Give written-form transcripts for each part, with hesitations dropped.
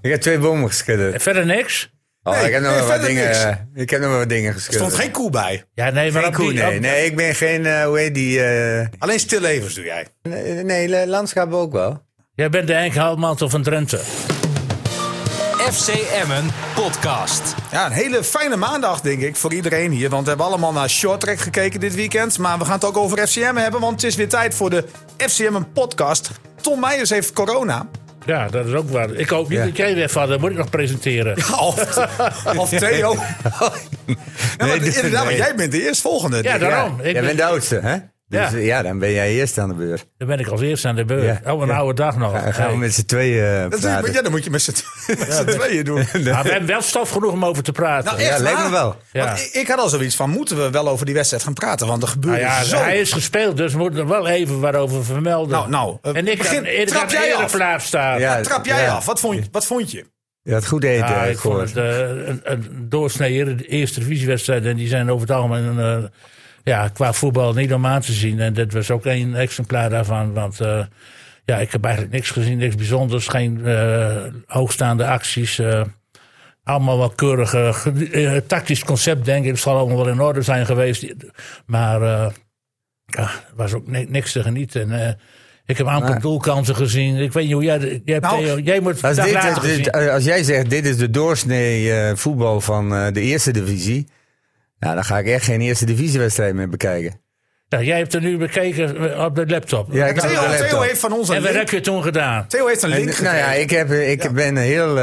Ik heb 2 bomen geschud. En verder niks? Oh, ik heb nog wel wat verder niks. dingen. Ik heb nog wel wat dingen Er geschud. stond geen koe bij. Ja, nee, maar Geen koe, nee, ik ben geen, hoe heet die? Alleen stillevens doe jij. Nee, landschap ook wel. Jij bent de Henk Houtmantel van Drenthe. FC Emmen podcast. Ja, een hele fijne maandag, denk ik, voor iedereen hier. Want we hebben allemaal naar Shorttrack gekeken dit weekend. Maar we gaan het ook over FCM hebben, want het is weer tijd voor de FCM podcast. Tom Meijers heeft corona. Ja, dat is ook waar. Ik hoop niet dat jij weer van, dat moet ik nog presenteren. Of Theo. Inderdaad, want jij bent de eerstvolgende. Ja, daarom. Jij bent de oudste, hè? Dus Ja. dan ben jij eerst aan de beurt. Dan ben ik als eerste aan de beurt. Ja. Oh, een oude dag nog. Gaan we met z'n tweeën praten. Ja, dan moet je met z'n tweeën doen. Maar we hebben wel stof genoeg om over te praten. Nou, echt Ja, lijkt me waar? wel. Ja. Want ik had al zoiets van, moeten we wel over die wedstrijd gaan praten? Want er gebeurde Nou ja, zo... hij is gespeeld, dus we moeten er wel even wat over vermelden. En ik trap jij af? plaats staan. Ja. Trap jij Ja. af? Wat vond je? Je had goed eten, Ja, ik ik vond hoor. het een doorsnee de eerste divisiewedstrijd. En die zijn over het algemeen qua voetbal niet om aan te zien. En dit was ook één exemplaar daarvan. Want ik heb eigenlijk niks gezien, niks bijzonders. Geen hoogstaande acties. Allemaal wel keurig. Tactisch concept, denk ik. Het zal allemaal wel in orde zijn geweest. Maar er was ook niks te genieten. Ik heb een aantal doelkansen gezien. Ik weet niet hoe jij hebt. Theo, jij moet Als, dat later gezien. als jij zegt, dit is de doorsnee voetbal van de eerste divisie. Nou, dan ga ik echt geen eerste divisiewedstrijd meer bekijken. Nou, jij hebt er nu bekeken op de laptop. Ja, ik heb Theo, op de laptop. Theo heeft van ons En een wat link. heb je toen gedaan? Theo heeft een link Nou ja, gekregen. ik ben heel...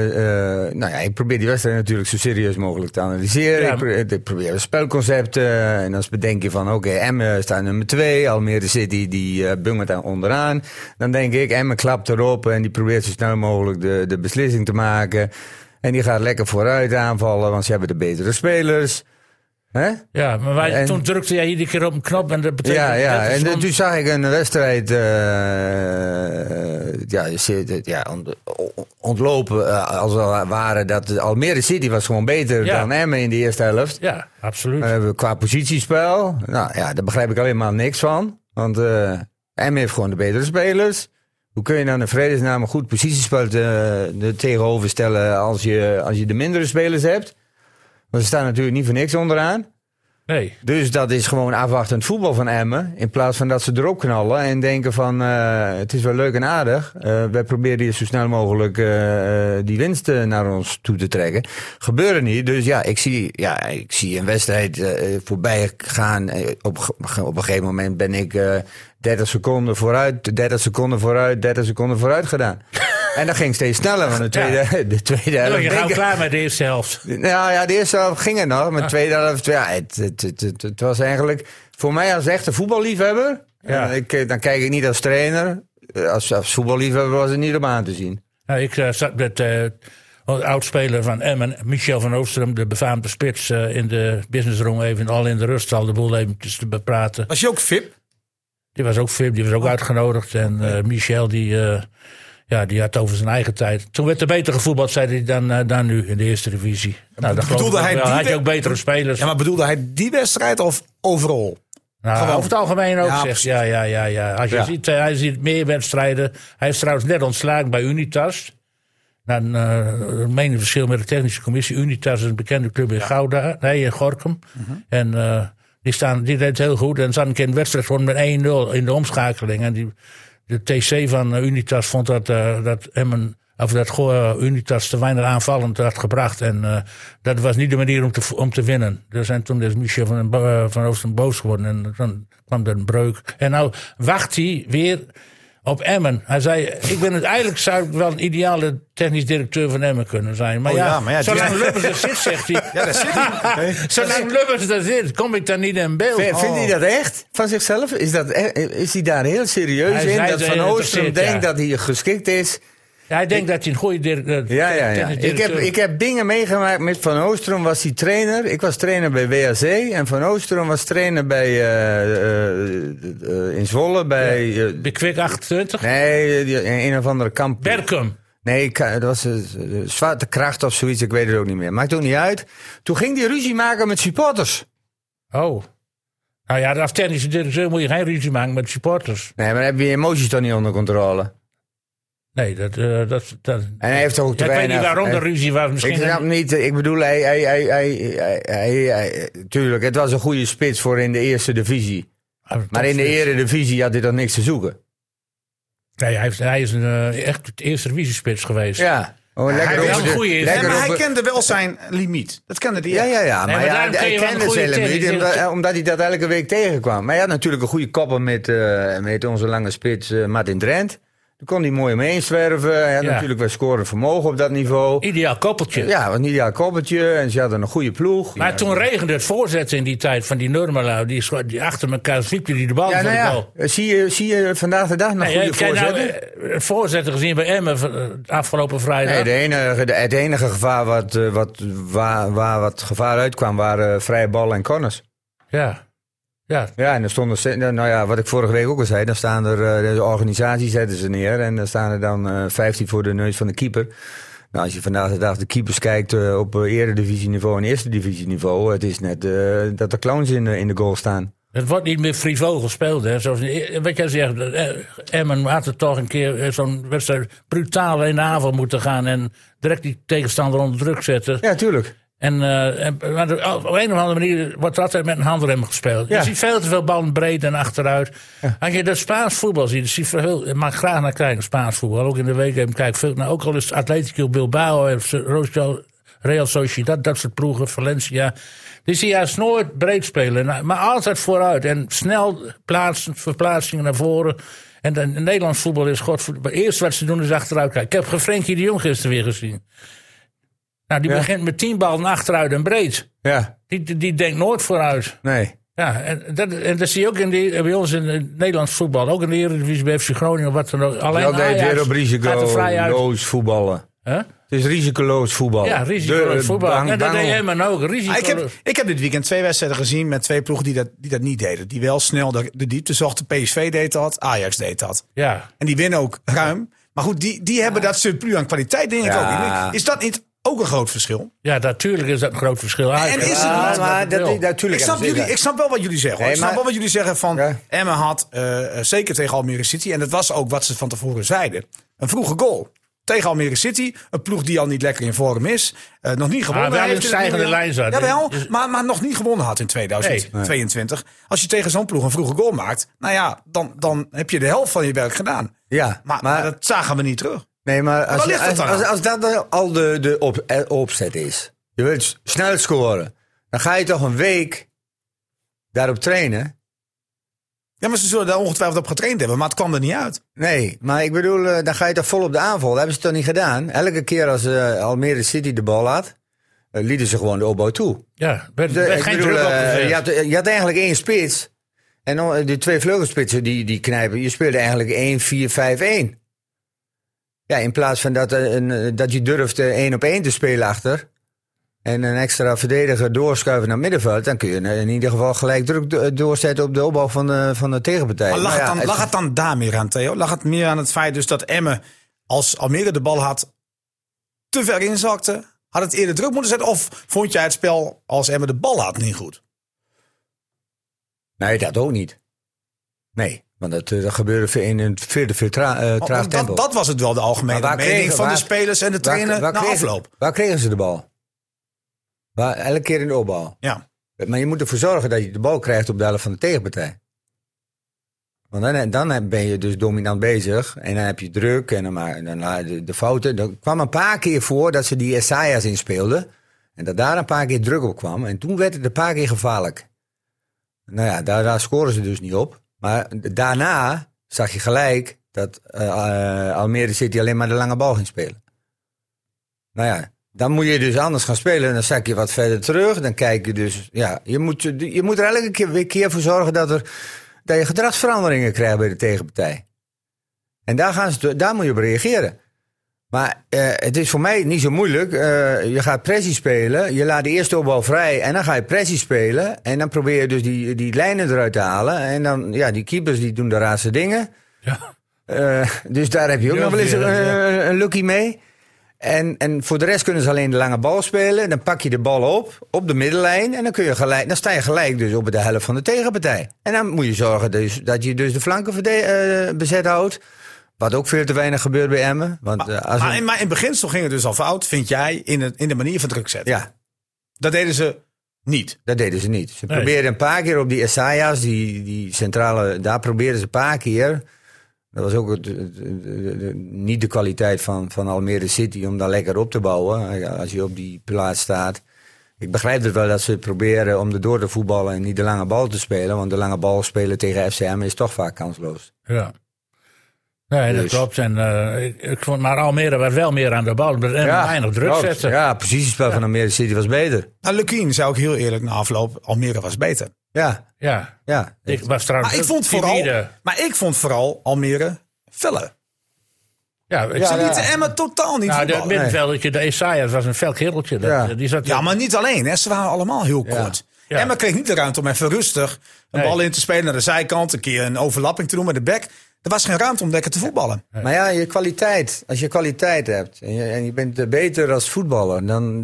ik probeer die wedstrijd natuurlijk zo serieus mogelijk te analyseren. Ja. Ik probeer spelconcepten. En dan bedenk je van, oké, Emmen staat nummer 2. Almere City, die bungelt daar onderaan. Dan denk ik, Emmen klapt erop en die probeert zo snel mogelijk de beslissing te maken. En die gaat lekker vooruit aanvallen, want ze hebben de betere spelers. Hè? Ja, maar En- toen drukte jij iedere keer op een knop en dat betekent... Ja, dat is en toen zag ik een wedstrijd ontlopen als het ware. Dat Almere City was gewoon beter Ja. dan Emmen in de eerste helft. Ja, absoluut. Qua positiespel, nou ja, daar begrijp ik helemaal niks van. Want Emmen heeft gewoon de betere spelers. Hoe kun je dan in vredesnaam een goed positiespel tegenover stellen als je de mindere spelers hebt? Want ze staan natuurlijk niet voor niks onderaan. Nee. Dus dat is gewoon afwachtend voetbal van Emmen. In plaats van dat ze erop knallen en denken van het is wel leuk en aardig. Wij proberen hier zo snel mogelijk die winst naar ons toe te trekken. Gebeurde niet. Dus ja, ik zie een wedstrijd voorbij gaan. Op een gegeven moment ben ik 30 seconden vooruit, 30 seconden vooruit, 30 seconden vooruit gedaan. En dat ging steeds sneller, want de tweede helft... Dan ben je gauw klaar met de eerste helft. Nou ja, de eerste helft ging het nog. Maar de tweede helft, ja, het was eigenlijk... Voor mij als echte voetballiefhebber... Ja. Dan kijk ik niet als trainer. Als voetballiefhebber was het niet op aan te zien. Nou, ik zat met de oudspeler van Emmen, Michel van Oostrum, de befaamde spits, in de businessroom even al in de rust al de boel eventjes te bepraten. Was je ook VIP? Die was ook fit, die was ook uitgenodigd. En Michel, die had over zijn eigen tijd. Toen werd er beter gevoetbald, zei hij, dan nu in de eerste divisie. Nou, dat geloof ik ook wel. Hij had je ook betere spelers. Ja, maar bedoelde hij die wedstrijd of overal? Nou, gewoon. over het algemeen ook, Ja, zegt. Ja. Als je ziet, hij ziet meer wedstrijden. Hij is trouwens net ontslagen bij Unitas. Na een meningsverschil met de technische commissie. Unitas is een bekende club in Gouda. Nee, in Gorinchem. En die deed het heel goed. En ze hadden een keer een wedstrijd gewoon met 1-0 in de omschakeling. En de TC van Unitas vond dat Unitas te weinig aanvallend had gebracht. En dat was niet de manier om te winnen. Dus en toen is Michel van Oosten boos geworden. En dan kwam er een breuk. En nou wacht hij weer op Emmen. Hij zei, eigenlijk zou ik wel een ideale technisch directeur van Emmen kunnen zijn. Maar zolang Lubbers er zit, zegt hij. Ja, daar zit hij. Zolang Lubbers er zit, kom ik daar niet in beeld. Vindt hij dat echt van zichzelf? Is hij daar heel serieus Hij in? zei Dat dat Van hij Oostrum geïnteresseerd, denkt dat hij geschikt is? Ja, hij denkt dat hij een goede Ja. Ik heb dingen meegemaakt met Van Oostrum. Was hij trainer. Ik was trainer bij WAC. En Van Oostrum was trainer bij in Zwolle. Bij Kwik 28. nee, een of andere kamp. Berkum. Nee, dat was Zwarte Kracht of zoiets. Ik weet het ook niet meer. Maakt ook niet uit. Toen ging hij ruzie maken met supporters. Oh. Nou ja, als technische directeur moet je geen ruzie maken met supporters. Nee, maar dan heb je je emoties toch niet onder controle. Nee, dat. En hij heeft ook te ik weinig... weet niet waarom de ruzie was. Misschien Ik snap niet, ik bedoel, tuurlijk, het was een goede spits voor in de eerste divisie. Maar in de eredivisie had hij toch niks te zoeken? Nee, hij is echt de eerste divisiespits geweest. Ja. Hij kende wel zijn limiet. Dat kende hij. Ja. Maar hij kende zijn limiet omdat hij dat elke week tegenkwam. Maar hij had natuurlijk een goede koppel met onze lange spits Martin Drent. Daar kon hij mooi mee zwerven. Hij had natuurlijk wel scorend vermogen op dat niveau. Ideaal koppeltje. Ja, een ideaal koppeltje. En ze hadden een goede ploeg. Maar toen regende het voorzetten in die tijd van die Nurmela. Die achter elkaar sliepte die de bal voor de goal. Zie je vandaag de dag nog goede voorzetten? Voorzetten gezien bij Emmen afgelopen vrijdag. Nee, het enige gevaar waar wat gevaar uitkwam waren vrije ballen en corners. Ja. Ja, en er stonden, wat ik vorige week ook al zei, dan staan er de organisatie zetten ze neer en dan staan er dan 15 voor de neus van de keeper. Nou, als je vandaag de dag de keepers kijkt op eredivisieniveau en eerste divisieniveau, het is net dat er clowns in de goal staan. Het wordt niet meer frivol gespeeld, hè. Zoals, wat jij zegt, Emmen had er toch een keer zo'n wedstrijd brutaal in de avond moeten gaan en direct die tegenstander onder druk zetten. Ja, tuurlijk. Maar op een of andere manier wordt er altijd met een handrem gespeeld. Je ziet veel te veel ballen breed en achteruit. Ja. Als je dat Spaans voetbal ziet, ik mag graag naar kijken, Spaans voetbal. Ook in de week kijk ik veel naar. Ook al is Atletico Bilbao, Real Sociedad, dat soort ploegen, Valencia. Die zie je juist nooit breed spelen, maar altijd vooruit. En snel verplaatsingen naar voren. En het Nederlands voetbal is het eerste wat ze doen is achteruit kijken. Ik heb Frenkie de Jong gisteren weer gezien. Nou, die begint met 10 ballen achteruit en breed. Ja. Die denkt nooit vooruit. Nee. Ja, en dat zie je ook bij ons in het Nederlands voetbal. Ook in de Eredivisie bij FC Groningen. Wat dan ook. Alleen altijd weer op risicoloos voetballen. Huh? Het is risicoloos voetballen. Ja, risicoloos voetballen. En dat deed Emmen ook. Ik heb dit weekend 2 wedstrijden gezien met 2 ploegen die dat niet deden. Die wel snel de diepte zochten. PSV deed dat, Ajax deed dat. Ja. En die winnen ook ruim. Maar goed, die hebben dat surplus aan kwaliteit, denk ik ook. Is dat niet ook een groot verschil? Ja, natuurlijk is dat een groot verschil. En is het niet? Ik snap wel wat jullie zeggen. Ik snap wel wat jullie zeggen van Emmen had, zeker tegen Almere City, en dat was ook wat ze van tevoren zeiden, een vroege goal. Tegen Almere City, een ploeg die al niet lekker in vorm is. Nog niet gewonnen. Wel een stijgende lijn zat. Jawel, maar nog niet gewonnen had in 2022. Nee. Als je tegen zo'n ploeg een vroege goal maakt, nou ja, dan heb je de helft van je werk gedaan. Ja, maar dat zagen we niet terug. Nee, maar als dat al de opzet is. Je wilt snel scoren. Dan ga je toch een week daarop trainen. Ja, maar ze zullen daar ongetwijfeld op getraind hebben. Maar het kwam er niet uit. Nee, maar ik bedoel, dan ga je toch vol op de aanval. Dat hebben ze toch niet gedaan. Elke keer als Almere City de bal had, lieten ze gewoon de opbouw toe. Ja, geen druk op. Je had eigenlijk 1 spits. En die 2 vleugelspitsen die knijpen. Je speelde eigenlijk 1-4-5-1. Ja, in plaats van dat je durft 1 op 1 te spelen achter. En een extra verdediger doorschuiven naar het middenveld. Dan kun je in ieder geval gelijk druk doorzetten op de opbouw van de tegenpartij. Maar lag het dan daar meer aan, Theo? Lag het meer aan het feit dus dat Emmen, als Almere de bal had, te ver inzakte? Had het eerder druk moeten zetten? Of vond jij het spel als Emmen de bal had niet goed? Nee, dat ook niet. Nee. Want dat gebeurde in een veel traag tempo. Dat was het wel, de algemene mening van de spelers en de trainer na afloop. Waar kregen ze de bal? Elke keer in de opbouw. Ja. Maar je moet ervoor zorgen dat je de bal krijgt op de helft van de tegenpartij. Want dan ben je dus dominant bezig. En dan heb je druk en dan de fouten. Er kwam een paar keer voor dat ze die Esaias inspeelden. En dat daar een paar keer druk op kwam. En toen werd het een paar keer gevaarlijk. Nou ja, daar scoren ze dus niet op. Maar daarna zag je gelijk dat Almere City alleen maar de lange bal ging spelen. Nou ja, dan moet je dus anders gaan spelen. Dan zak je wat verder terug. Dan kijk je dus, ja, je moet er elke keer voor zorgen dat je gedragsveranderingen krijgt bij de tegenpartij. En daar moet je op reageren. Maar het is voor mij niet zo moeilijk. Je gaat pressie spelen. Je laat de eerste opbouw vrij. En dan ga je pressie spelen. En dan probeer je dus die lijnen eruit te halen. En dan, ja, die keepers die doen de raarste dingen. Ja. Dus daar heb je ook nog wel eens een lucky mee. En voor de rest kunnen ze alleen de lange bal spelen. Dan pak je de bal op de middenlijn. En dan sta je gelijk dus op de helft van de tegenpartij. En dan moet je zorgen dat je dus de flanken bezet houdt. Wat ook veel te weinig gebeurt bij Emmen. Want, maar in beginsel ging het dus al fout, vind jij, in de manier van druk zetten. Ja. Dat deden ze niet. Ze probeerden een paar keer op die Essayas, die centrale, daar probeerden ze een paar keer. Dat was ook niet de kwaliteit van Almere City om daar lekker op te bouwen. Als je op die plaats staat. Ik begrijp het wel dat ze proberen om er door te voetballen en niet de lange bal te spelen. Want de lange bal spelen tegen FCM is toch vaak kansloos. Ja. Nee, dat klopt. En ik vond maar Almere was wel meer aan de bal. En weinig druk zetten. Ja, precies. Het spel van Almere City was beter. Nou, Lukien zou ik heel eerlijk na afloop. Almere was beter. Ja. Ik was trouwens ik vond vooral Almere feller. Ja, ze lieten Emmen totaal niet voetballen. Het middenveldje, de Esaias was een fel kereltje. Maar niet alleen. Hè. Ze waren allemaal heel kort. Ja. Emmen kreeg niet de ruimte om even rustig een bal in te spelen naar de zijkant. Een keer een overlapping te doen met de back. Er was geen ruimte om lekker te voetballen. Nee. Maar ja, je kwaliteit. Als je kwaliteit hebt en je bent beter als voetballer, dan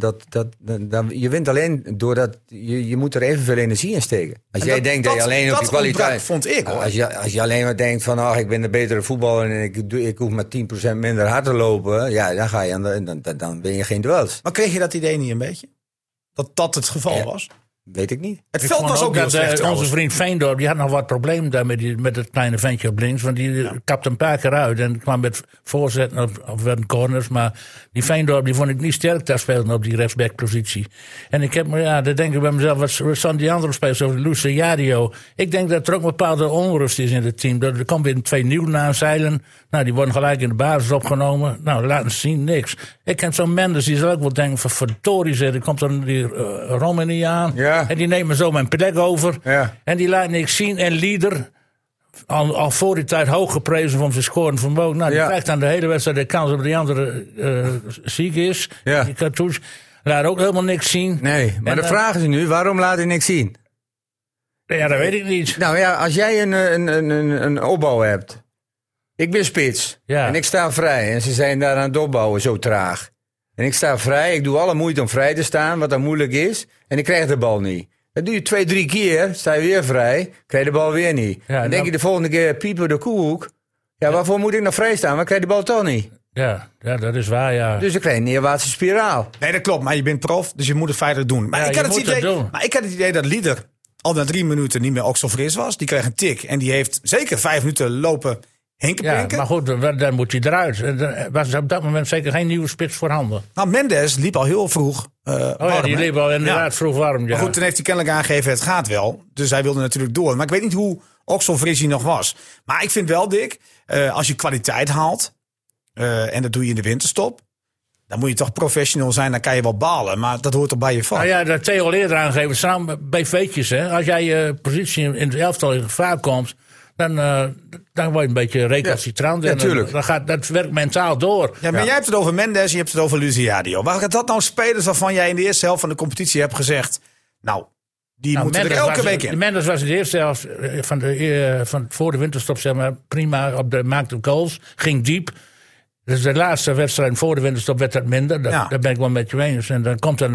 je wint alleen doordat je moet er evenveel energie in steken. Als jij denkt dat je alleen op je kwaliteit, vond ik hoor. Als je alleen maar denkt van, ik ben de betere voetballer en ik hoef maar 10% minder hard te lopen, ja, dan ga je dan ben je geen duels. Maar kreeg je dat idee niet een beetje? Dat het geval was? Weet ik niet. Het veld was ook heel slecht. Onze vriend Veendorp die had nog wat problemen daar met het kleine ventje op links. Want die kapte een paar keer uit en kwam met voorzetten of corners. Maar die Veendorp die vond ik niet sterk daar spelen op die rechtsbackpositie. En ik heb dan denk ik bij mezelf, wat staan die andere spelers over Luciadio? Ik denk dat er ook een bepaalde onrust is in het team. Er komt weer 2 nieuwe aanzeilen. Nou, die worden gelijk in de basis opgenomen. Nou, laten ze zien, niks. Ik heb zo'n Mendes, die zal ook wel denken van verdorie zitten. Er komt dan die Romani aan. Ja. En die neemt me zo mijn plek over. Ja. En die laat niks zien. En Lieder, al voor die tijd hoog geprezen van zijn scoren vermogen. Nou, die krijgt dan de hele wedstrijd de kans op die andere ziek is. Ja. Die cartouche laat ook helemaal niks zien. Nee, maar de vraag is nu, waarom laat hij niks zien? Ja, dat weet ik niet. Nou ja, als jij een opbouw hebt. Ik ben spits. Ja. En ik sta vrij. En ze zijn daar aan het opbouwen, zo traag. En ik sta vrij. Ik doe alle moeite om vrij te staan, wat dan moeilijk is. En ik krijg de bal niet. Dat doe je 2-3 keer. Sta je weer vrij. Krijg je de bal weer niet. Ja, dan denk je de volgende keer, pieper de koehoek. Ja, waarvoor moet ik nog vrij staan? Maar ik krijg de bal toch niet. Ja, dat is waar, ja. Dus ik krijg een neerwaartse spiraal. Nee, dat klopt. Maar je bent prof, dus je moet het feitelijk doen. Maar, ik had het idee dat Lieder al na 3 minuten niet meer okselfris was. Die kreeg een tik. En die heeft zeker 5 minuten lopen hinkepinken. Ja, maar goed, dan moet hij eruit. Er was op dat moment zeker geen nieuwe spits voorhanden. Nou, Mendes liep al heel vroeg die liep al inderdaad vroeg warm. Ja. Maar goed, toen heeft hij kennelijk aangegeven, het gaat wel. Dus hij wilde natuurlijk door. Maar ik weet niet hoe okselfris hij nog was. Maar ik vind wel, Dick, als je kwaliteit haalt, en dat doe je in de winterstop, dan moet je toch professional zijn, dan kan je wel balen. Maar dat hoort er bij je van. Nou ja, dat Theo eerder aangegeven, staan bij veetjes. Hè. Als jij je positie in het elftal in gevaar komt, dan word je een beetje recalcitrant. Ja, en dat werkt mentaal door. Ja, maar jij hebt het over Mendes, je hebt het over Luciadio. Waren dat nou spelers waarvan jij in de eerste helft van de competitie hebt gezegd, nou, die moeten Mendes er elke week in? Mendes was in de eerste helft van voor de winterstop, zeg maar, prima, maakte goals, ging diep. Dus de laatste wedstrijd voor de winterstop werd dat minder. Daar ben ik wel met je eens. En dan komt er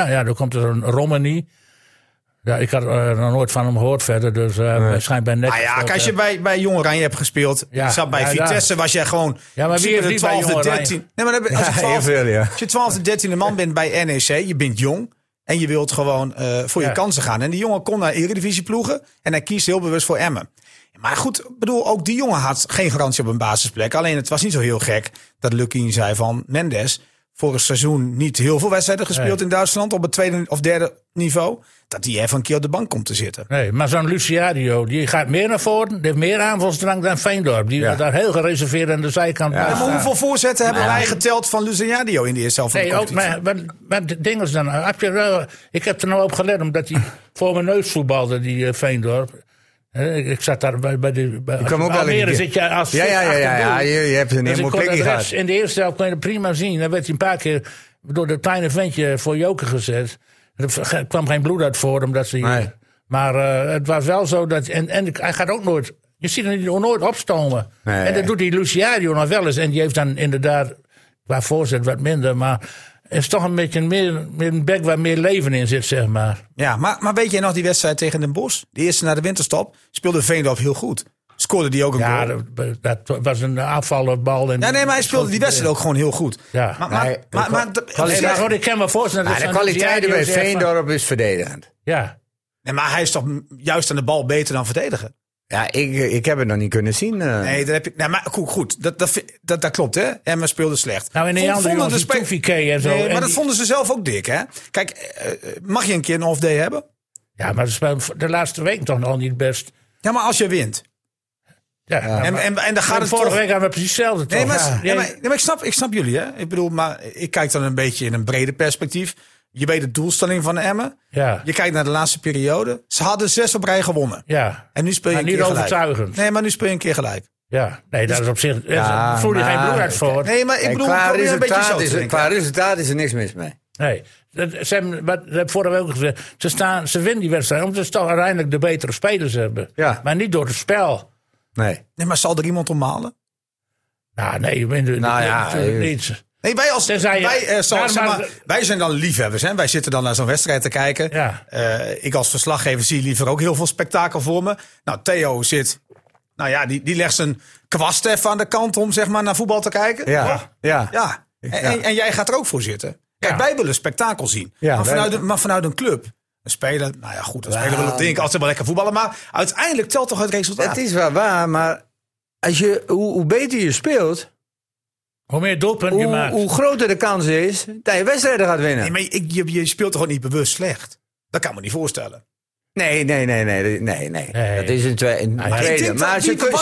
een Romani. Ja, ik had er nog nooit van hem gehoord verder. Dus waarschijnlijk bij net. Als je bij Jong Oranje hebt gespeeld. Zat bij Vitesse was jij gewoon. Ja, maar wie heeft die 12e, 13? Nee, maar als je 12e, 13e man bent bij NEC, je bent jong. En je wilt gewoon voor je kansen gaan. En die jongen kon naar Eredivisie ploegen. En hij kiest heel bewust voor Emmen. Maar goed, bedoel, ook die jongen had geen garantie op een basisplek. Alleen het was niet zo heel gek dat Lukien zei van Mendes, vorig seizoen niet heel veel wedstrijden gespeeld in Duitsland op het 2e of 3e niveau, dat hij even een keer op de bank komt te zitten. Nee, maar zo'n Luciadio, die gaat meer naar voren, die heeft meer aanvalsdrang dan Veendorp. Die daar heel gereserveerd aan de zijkant. Ja. Maar hoeveel voorzetten hebben wij geteld van Luciadio in de eerste helft van de competitie? Maar het ding is dan, ik heb er nou op gelet, omdat hij voor mijn neus voetbalde, die Veendorp. Ik zat daar bij de. Almere zit je als. Ja, je hebt een helemaal plekje gehad. In de eerste helft kon je het prima zien. Dan werd hij een paar keer door dat kleine ventje voor joker gezet. Er kwam geen bloed uit voor hem. Nee. Maar het was wel zo dat. En hij gaat ook nooit. Je ziet hem nooit opstomen. Nee. En dat doet die Luciadio nog wel eens. En die heeft dan inderdaad. Qua voorzet wat minder. Maar. Het is toch een beetje meer een bek waar meer leven in zit, zeg maar. Ja, maar weet je nog die wedstrijd tegen Den Bosch? De eerste na de winterstop speelde Veendorp heel goed. scoorde die ook een goal. Ja, dat was een aanvallenbal. Maar hij speelde die wedstrijd ook gewoon heel goed. Ja. Ik kan me voorstellen... Maar de kwaliteit bij Veendorp is verdedigend. Ja. Nee, maar hij is toch juist aan de bal beter dan verdedigen? Ja, ik heb het nog niet kunnen zien. Nee, dat heb je. Nee, maar goed. Dat klopt, hè? Emma speelde slecht. Nou, in een andere jongens, en zo. Nee, maar dat vonden ze zelf ook dik, hè? Kijk, mag je een keer een off-day hebben? Ja, maar ze speelden de laatste week toch nog niet best. Ja, maar als je wint. Ja. En dan gaat het vorige week hadden we precies hetzelfde. Nee, maar ik snap jullie, hè? Ik bedoel, maar ik kijk dan een beetje in een breder perspectief. Je weet de doelstelling van Emmen. Ja. Je kijkt naar de laatste periode. Ze hadden 6 op rij gewonnen. Ja. En nu speel je een keer niet gelijk. Overtuigend. Nee, maar nu speel je een keer gelijk. Ja, nee, dat is op zich. Voel je geen bloed uit voor. Nee, maar ik bedoel, qua resultaat is er niks mis mee. Nee. Ze hebben vorige week ook gezegd. Ze winnen die wedstrijd omdat ze toch uiteindelijk de betere spelers hebben. Ja. Maar niet door het spel. Nee, maar zal er iemand om malen? Nou, nee, niet. Nee, wij zijn dan liefhebbers. Hè? Wij zitten dan naar zo'n wedstrijd te kijken. Ja. Ik als verslaggever zie liever ook heel veel spektakel voor me. Nou, Theo zit... Nou ja, die legt zijn kwast even aan de kant om zeg maar naar voetbal te kijken. Ja. En jij gaat er ook voor zitten. Kijk, wij willen spektakel zien. Ja, maar vanuit een club... Een speler, nou ja goed, een speler wil denk ik altijd wel lekker voetballen. Maar uiteindelijk telt toch het resultaat. Het is wel waar, maar hoe beter je speelt... Hoe meer doelpunten je maakt. Hoe groter de kans is dat je wedstrijden gaat winnen. Nee, maar je speelt toch ook niet bewust slecht? Dat kan me niet voorstellen. Nee. Dat is een tweede. Maar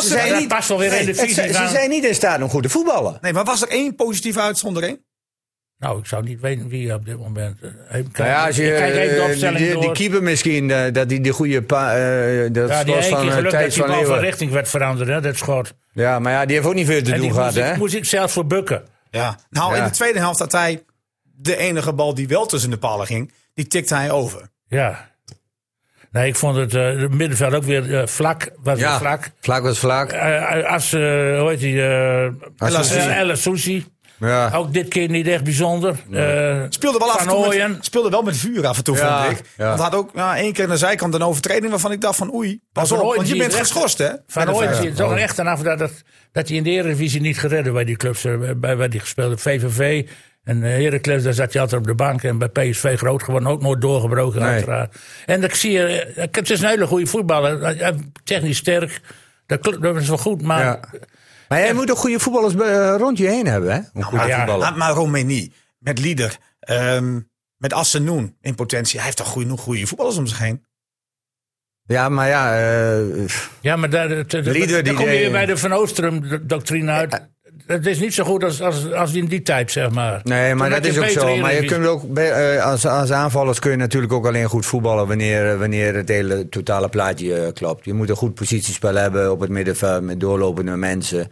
ze zijn niet in staat om goed te voetballen. Nee, maar was er één positieve uitzondering? Nou, ik zou niet weten wie op dit moment. Als je die keeper misschien, dat hij de goede die van Thijs van Leeuwen. Van richting werd veranderd, hè, dat schot. Ja, maar die heeft ook niet veel te doen gehad, hè? Moest ik zelf voor bukken. Ja. Nou, in de tweede helft had hij de enige bal die wel tussen de palen ging, die tikte hij over. Ja. Nee, ik vond het middenveld ook weer vlak. Vlak was vlak. Hoe heet die? El Souci. Ja. Ook dit keer niet echt bijzonder. Speelde wel af en toe speelde wel met vuur af en toe, vond ik. Ja. Want had ook één keer aan de zijkant een overtreding waarvan ik dacht van oei, pas op, want je bent geschorst, hè? Van Ooyen zie je toch echt aan af dat hij in de Eredivisie niet gered bij die clubs bij die gespeelde VVV. En Heracles, daar zat hij altijd op de bank. En bij PSV groot geworden, ook nooit doorgebroken uiteraard. En dan zie je, het is een hele goede voetballer. Technisch sterk, dat is wel goed, maar... Ja. Maar jij moet ook goede voetballers rond je heen hebben, hè? Maar Romani, met Lieder, met Assenoen in potentie. Hij heeft toch genoeg goede voetballers om zich heen? Ja, maar ja, maar daar kom je weer bij de Van Oostrum-doctrine uit. Het is niet zo goed als in die tijd, zeg maar. Nee, maar dat is ook zo. Maar je kunt ook, als aanvallers kun je natuurlijk ook alleen goed voetballen wanneer het hele totale plaatje klopt. Je moet een goed positiespel hebben op het middenveld met doorlopende mensen.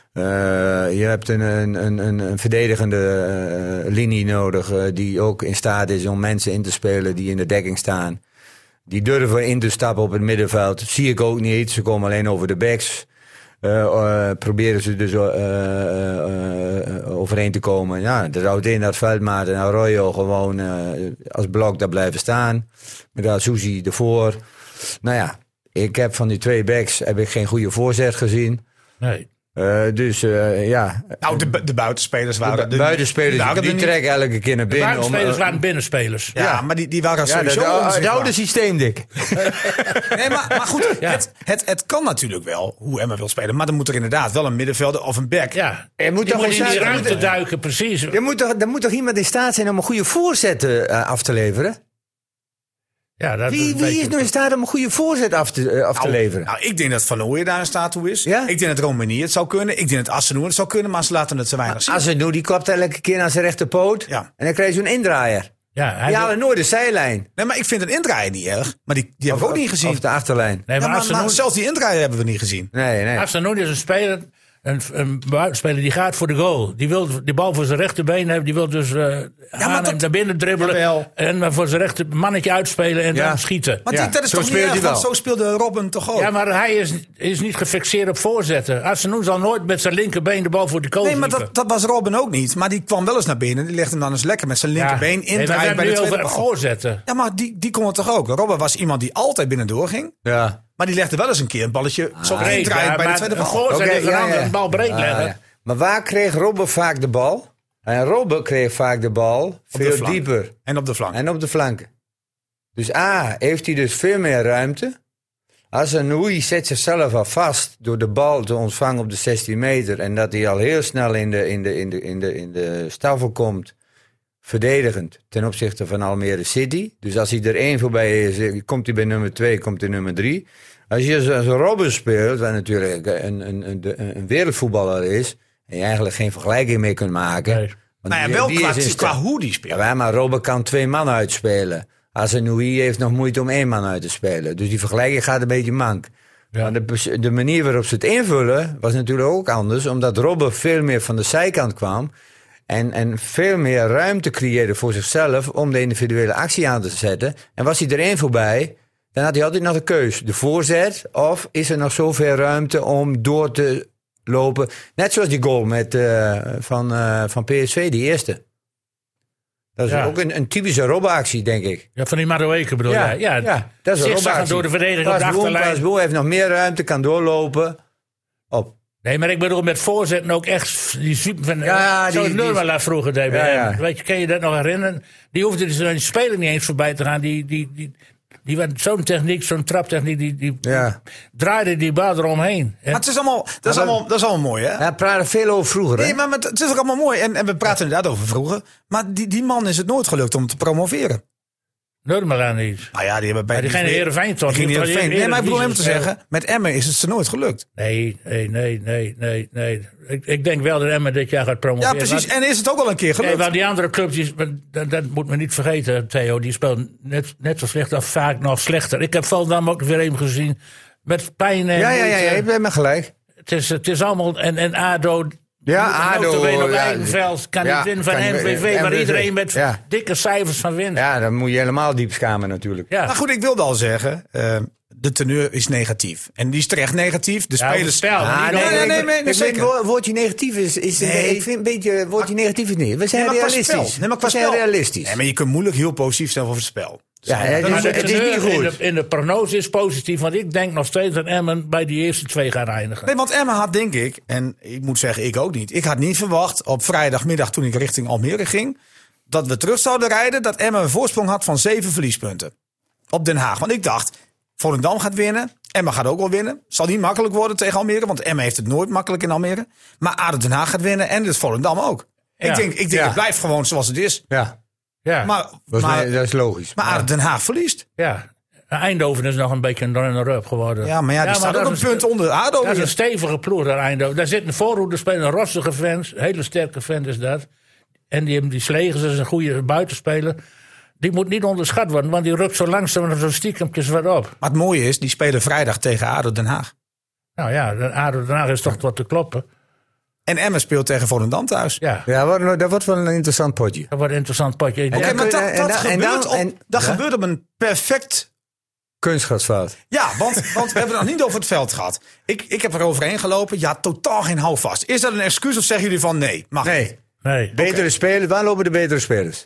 Je hebt een verdedigende linie nodig die ook in staat is om mensen in te spelen die in de dekking staan. Die durven in te stappen op het middenveld. Dat zie ik ook niet. Ze komen alleen over de backs. Proberen ze dus overeen te komen. Ja, dat houdt in dat Veldmaat en Arroyo gewoon als blok daar blijven staan. Met daar Suzy ervoor. Nou ja, ik heb van die twee backs geen goede voorzet gezien. Nee. Ja. Nou, de buitenspelers waren... De buitenspelers, die trekken elke keer naar binnen. De buitenspelers waren binnenspelers. Ja, maar die waren sowieso... Het oude systeem, Dick. Nee, maar goed, het kan natuurlijk wel, hoe Emma wil spelen. Maar dan moet er inderdaad wel een middenvelder of een back. Ja, je moet toch in die ruimte duiken, precies. Er moet toch iemand in staat zijn om een goede voorzet af te leveren? Ja, wie is nu in staat om een goede voorzet af te leveren? Nou, ik denk dat Van Ooyen daar in staat toe is. Ja? Ik denk dat Romani het zou kunnen. Ik denk dat Assenoen het zou kunnen, maar ze laten het te weinig zien. Assenoen die klapt elke keer naar zijn rechterpoot. Ja. En dan krijg je zo'n indraaier. Ja, die halen nooit de zijlijn. Nee, maar ik vind een indraaier niet erg. Maar die hebben we ook niet gezien. Of de achterlijn. Nee, maar zelfs die indraaier hebben we niet gezien. Nee. Assenoen is een speler... Een buitenspeler die gaat voor de goal. Die wil die bal voor zijn rechterbeen hebben. Die wil dus naar binnen dribbelen. En voor zijn rechter mannetje uitspelen en dan schieten. Maar dat is toch niet erg, want zo speelde Robben toch ook. Ja, maar hij is niet gefixeerd op voorzetten. Assenoen zal nooit met zijn linkerbeen de bal voor de goal Nee, maar dat was Robben ook niet. Maar die kwam wel eens naar binnen. Die legde hem dan eens lekker met zijn linkerbeen indraaien bij de tweede bal. Voorzetten. Ja, maar die kon het toch ook. Robben was iemand die altijd binnendoor ging. Ja. Maar die legde wel eens een keer een balletje zo indraaien bij de tweede bal. Een voorzet is een bal breed leggen. Ja. Maar waar kreeg Robben vaak de bal? En Robben kreeg vaak de bal veel dieper. En op de flanken. Dus heeft hij dus veel meer ruimte. Asanoui zet zichzelf al vast door de bal te ontvangen op de 16 meter. En dat hij al heel snel in de staffel komt. Verdedigend ten opzichte van Almere City. Dus als hij er 1 voorbij is, komt hij bij nummer 2, komt hij nummer 3. Als je zo'n Robben speelt, wat natuurlijk een wereldvoetballer is. En je eigenlijk geen vergelijking mee kunt maken. Nee. Nou ja, wel qua hoe die speelt. Ja, maar Robben kan 2 man uitspelen. Asanoui heeft nog moeite om 1 man uit te spelen. Dus die vergelijking gaat een beetje mank. Ja. Maar de manier waarop ze het invullen was natuurlijk ook anders. Omdat Robben veel meer van de zijkant kwam. En veel meer ruimte creëerde voor zichzelf om de individuele actie aan te zetten. En was hij er 1 voorbij, dan had hij altijd nog de keus. De voorzet of is er nog zoveel ruimte om door te lopen. Net zoals die goal van PSV, die eerste. Dat is ook een typische Robben-actie, denk ik. Ja, van die Madueke bedoel jij? Ja, dat is een Robben-actie. Door de verdediging op de achterlijn. Pasboer heeft nog meer ruimte, kan doorlopen. Nee, maar ik bedoel met voorzetten ook echt die super van zoals Nurmela vroeger deed bij hem. Weet je, kan je dat nog herinneren? Die hoefde dus een speler niet eens voorbij te gaan. Die had zo'n techniek, zo'n traptechniek, die draaide die bal eromheen. Maar het is allemaal, dat is allemaal mooi, hè? Ja, we praten veel over vroeger, hè? Nee, maar het is ook allemaal mooi. En we praten inderdaad over vroeger. Maar die man is het nooit gelukt om te promoveren. Nurmela niet. Nou ja, die hebben bij diegene Heerenveen toch? Nee, maar ik bedoel hem te zeggen, met Emmen is het ze nooit gelukt. Nee. Ik denk wel dat Emmen dit jaar gaat promoveren. Ja, precies. En is het ook al een keer gelukt? Nee, maar die andere clubs, dat moet men niet vergeten, Theo, die spelen net zo slecht of vaak nog slechter. Ik heb Volendam ook weer even gezien met pijn en... Ja, je bent me gelijk. Het is allemaal... En ADO... Ja, ADO op eigen veld kan niet winnen van MVV, waar iedereen met dikke cijfers van wint. Ja, dan moet je helemaal diep schamen natuurlijk. Ja. Maar goed, ik wilde al zeggen, de teneur is negatief. En die is terecht negatief. De spelers... Nee, woordje negatief is nee. Ik vind een beetje, woordje negatief is niet. We zijn realistisch. We zijn realistisch. Nee, maar je kunt moeilijk heel positief zijn over het spel. Het is niet goed. In de prognose is positief, want ik denk nog steeds dat Emmen bij die eerste 2 gaat eindigen. Nee, want Emmen had, denk ik, en ik moet zeggen, ik ook niet. Ik had niet verwacht op vrijdagmiddag toen ik richting Almere ging, dat we terug zouden rijden, dat Emmen een voorsprong had van 7 verliespunten. Op Den Haag. Want ik dacht, Volendam gaat winnen. Emmen gaat ook wel winnen. Zal niet makkelijk worden tegen Almere, want Emmen heeft het nooit makkelijk in Almere. Maar ADO Den Haag gaat winnen en dus Volendam ook. Ja. Ik denk het blijft gewoon zoals het is. Ja, maar dat is logisch. Maar ADO Den Haag verliest. Ja, Eindhoven is nog een beetje een runner-up geworden. Ja, maar die staat ook een punt onder ADO. Dat is een stevige ploeg, daar Eindhoven. Daar zit een voorhoede, spelen rossige fans. Hele sterke fan is dat. En die Slegers is een goede buitenspeler. Die moet niet onderschat worden, want die rukt zo langzaam en zo stiekempjes wat op. Maar het mooie is, die spelen vrijdag tegen ADO Den Haag. Nou ja, ADO Den Haag is toch wat te kloppen. En Emmen speelt tegen Volendam thuis. Ja, dat wordt wel een interessant potje. Dat wordt een interessant potje. Oké, maar dat gebeurt op een perfect kunstgrasveld. Ja, want we hebben het nog niet over het veld gehad. Ik heb er overheen gelopen. Ja, totaal geen houvast. Is dat een excuus of zeggen jullie van nee? Mag nee. Betere spelers. Waar lopen de betere spelers?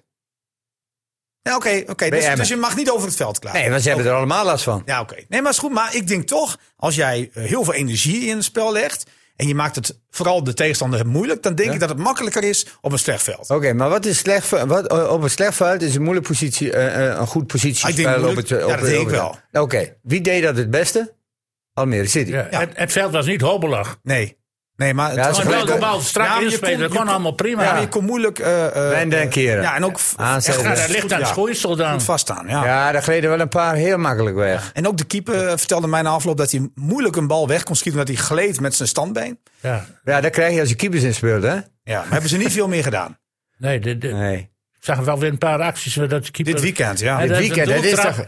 Ja, oké. Dus je mag niet over het veld klagen. Nee, want ze hebben er allemaal last van. Ja, oké. Nee, maar is goed. Maar ik denk toch, als jij heel veel energie in het spel legt en je maakt het vooral de tegenstander moeilijk, dan denk ik dat het makkelijker is op een slecht veld. Oké, maar wat is slecht? Op een slecht veld is een moeilijke positie, een goed positiespel. Dat denk ik wel. Oké, wie deed dat het beste? Almere City. Ja. Het veld was niet hobbelig. Nee, maar het kon welke bal strak inspelen, dat kon allemaal prima. Ja, maar je kon moeilijk wenden en keren. Ja, en ook daar ligt aan het schoeisel dan. Goed vaststaan. Ja, daar gleden wel een paar heel makkelijk weg. Ja. En ook de keeper vertelde mij na afloop dat hij moeilijk een bal weg kon schieten, omdat hij gleed met zijn standbeen. Ja, dat krijg je als je keepers inspeelt, hè? Ja, maar hebben ze niet veel meer gedaan. Nee. Ik zag wel weer een paar acties dat de keeper. Dit weekend, Dit weekend, dat is toch.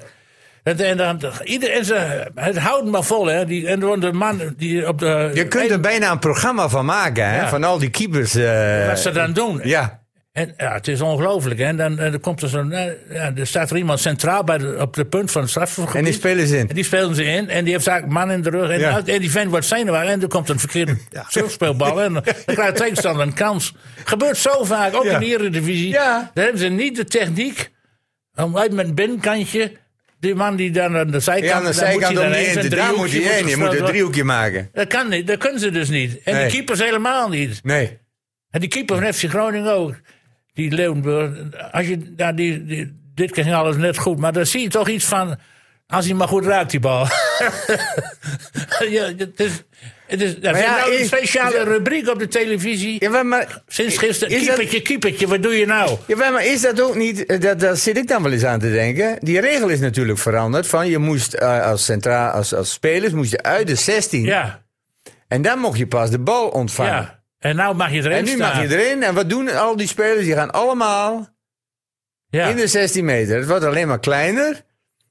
Het houdt maar vol, hè? De man die op de. Je kunt er bijna een programma van maken, hè? Ja. Van al die keepers. Wat ze dan doen. Ja. En het is ongelooflijk, hè? En dan komt er zo'n. Er staat er iemand centraal op de punt van het strafgebied. En die spelen ze in. En die spelen ze in. En die heeft zaak man in de rug. En die vent wordt zenuwachtig. En er komt een verkeerde terugspeelbal. En dan krijgt de tegenstander een kans. Gebeurt zo vaak, ook in de Eredivisie. Ja. Dan hebben ze niet de techniek om uit met een binnenkantje Die man die dan aan de zijkant... Ja, aan de zijkant om niet in te daar moet hij heen. Je moet een driehoekje maken. Dat kan niet, dat kunnen ze dus niet. En de keepers helemaal niet. Nee. En die keeper van FC Groningen ook. Die Leeuwenburg. Als je, dit ging alles net goed. Maar dan zie je toch iets van... Als hij maar goed raakt, die bal. Het is een speciale rubriek op de televisie. Ja, maar, sinds gisteren. Keepertje, wat doe je nou? Ja, maar is dat ook niet... Daar zit ik dan wel eens aan te denken. Die regel is natuurlijk veranderd. Van je moest als spelers moest je uit de 16. Ja. En dan mocht je pas de bal ontvangen. Ja. En nou mag je erin En nu staan. mag je erin. En wat doen al die spelers? Die gaan allemaal in de 16 meter. Het wordt alleen maar kleiner.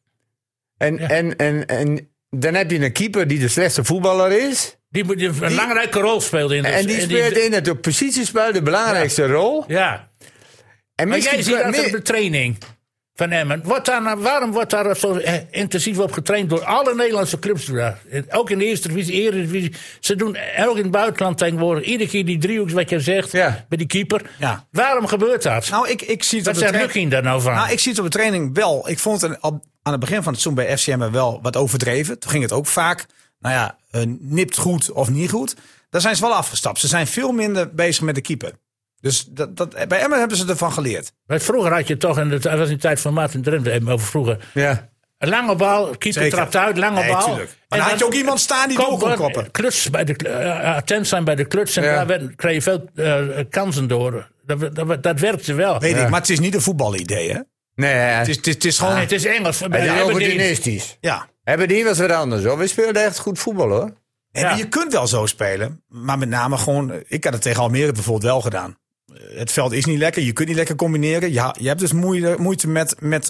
En dan heb je een keeper die de slechtste voetballer is. Die een belangrijke rol speelt in en die speelt in het positiespel de belangrijkste rol. Ja. En maar jij ziet dat op de training van Emmen. Waarom wordt daar zo intensief op getraind door alle Nederlandse clubs? Ook in de eerste divisie, eredivisie. Ze doen ook in het buitenland tegenwoordig. Iedere keer die driehoeks wat je zegt bij die keeper. Ja. Waarom gebeurt dat? Nou, ik zie het wat zegt Lukkien daar nou van? Nou, ik zie het op de training wel. Ik vond het aan het begin van het seizoen bij FCM wel wat overdreven. Toen ging het ook vaak, nipt goed of niet goed. Daar zijn ze wel afgestapt. Ze zijn veel minder bezig met de keeper. Dus bij Emmen hebben ze ervan geleerd. Vroeger had je toch, en dat was in de tijd van Maarten Drenthe, over vroeger. Ja. Een lange bal, keeper trapt uit, lange bal. Tuurlijk. Maar dan had je ook iemand staan die door kon koppen. Kluts attent zijn bij de kluts. En daar kreeg je veel kansen door. Dat werkte wel. Weet ik, maar het is niet een voetbalidee, hè? Nee, het is gewoon... het is Engels. Het is opportunistisch. Ja. Aberdeen was weer anders, hoor. We speelden echt goed voetbal, hoor. En je kunt wel zo spelen. Maar met name gewoon... Ik had het tegen Almere bijvoorbeeld wel gedaan. Het veld is niet lekker. Je kunt niet lekker combineren. Je hebt dus moeite met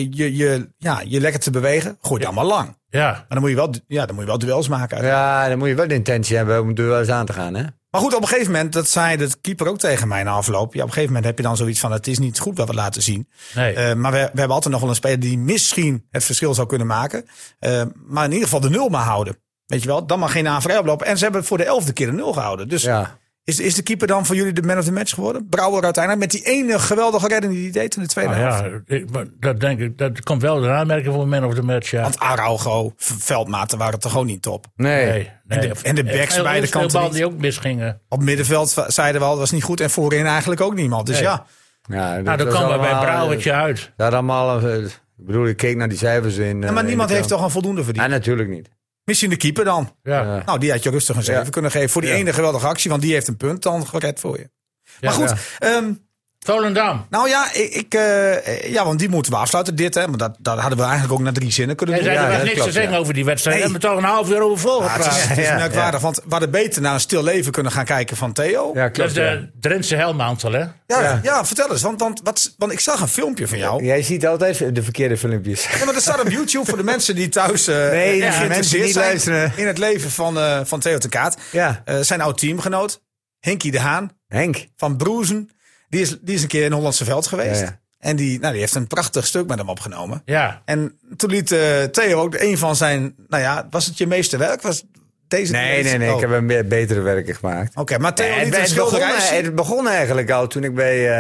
je lekker te bewegen. Gooi dan maar lang. Ja. Maar dan moet je wel duels maken. Ja, dan moet je wel de intentie hebben om duels aan te gaan, hè? Maar goed, op een gegeven moment, dat zei de keeper ook tegen mij na afloop. Ja, op een gegeven moment heb je dan zoiets van, het is niet goed wat we laten zien. Nee. Maar we hebben altijd nog wel een speler die misschien het verschil zou kunnen maken. Maar in ieder geval de 0 maar houden. Weet je wel, dan mag geen aanvrij oplopen. En ze hebben voor de 11e keer de 0 gehouden. Dus is de keeper dan voor jullie de man of the match geworden? Brouwer uiteindelijk, met die ene geweldige redding die hij deed in de tweede helft. Ja, dat denk ik. Dat komt wel de aanmerking voor man of the match, ja. Want Araujo, Veldmaten waren toch gewoon niet top. Nee. En de backs beide kanten bal die ook misgingen. Op middenveld zeiden we al, dat was niet goed. En voorin eigenlijk ook niemand. Dus ja. Dan komen we bij Brouwertje uit. Dat allemaal, ik bedoel, ik keek naar die cijfers in. Maar niemand heeft toch een voldoende verdiend? Ja, natuurlijk niet. Misschien de keeper dan. Ja. Nou, die had je rustig een 7 kunnen geven. Voor die ene geweldige actie. Want die heeft een punt dan gered voor je. Maar goed. Volendam. Nou ja, want die moeten we afsluiten. Dit, hè. Maar dat hadden we eigenlijk ook naar 3 zinnen kunnen doen. Er was niks te zeggen over die wedstrijd. We hebben toch een half uur over volgepraat. Het is merkwaardig. Want we hadden beter naar een stil leven kunnen gaan kijken van Theo. Ja, klopt, dat is de Drentse helmantel, hè? Ja, vertel eens. Want ik zag een filmpje van jou. Jij ziet altijd de verkeerde filmpjes. Ja, maar dat staat op YouTube voor de mensen die thuis mensen die luisteren in het leven van Theo de Kaat. Ja. Zijn oud teamgenoot, Henkie de Haan. Henk. Van Broezen. Die is een keer in Hollandse Veld geweest. Ja. En die heeft een prachtig stuk met hem opgenomen. Ja. En toen liet Theo ook een van zijn... was het je meeste werk? Was deze nee. Ik heb een betere werken gemaakt. Oké, maar Theo het begon eigenlijk al toen ik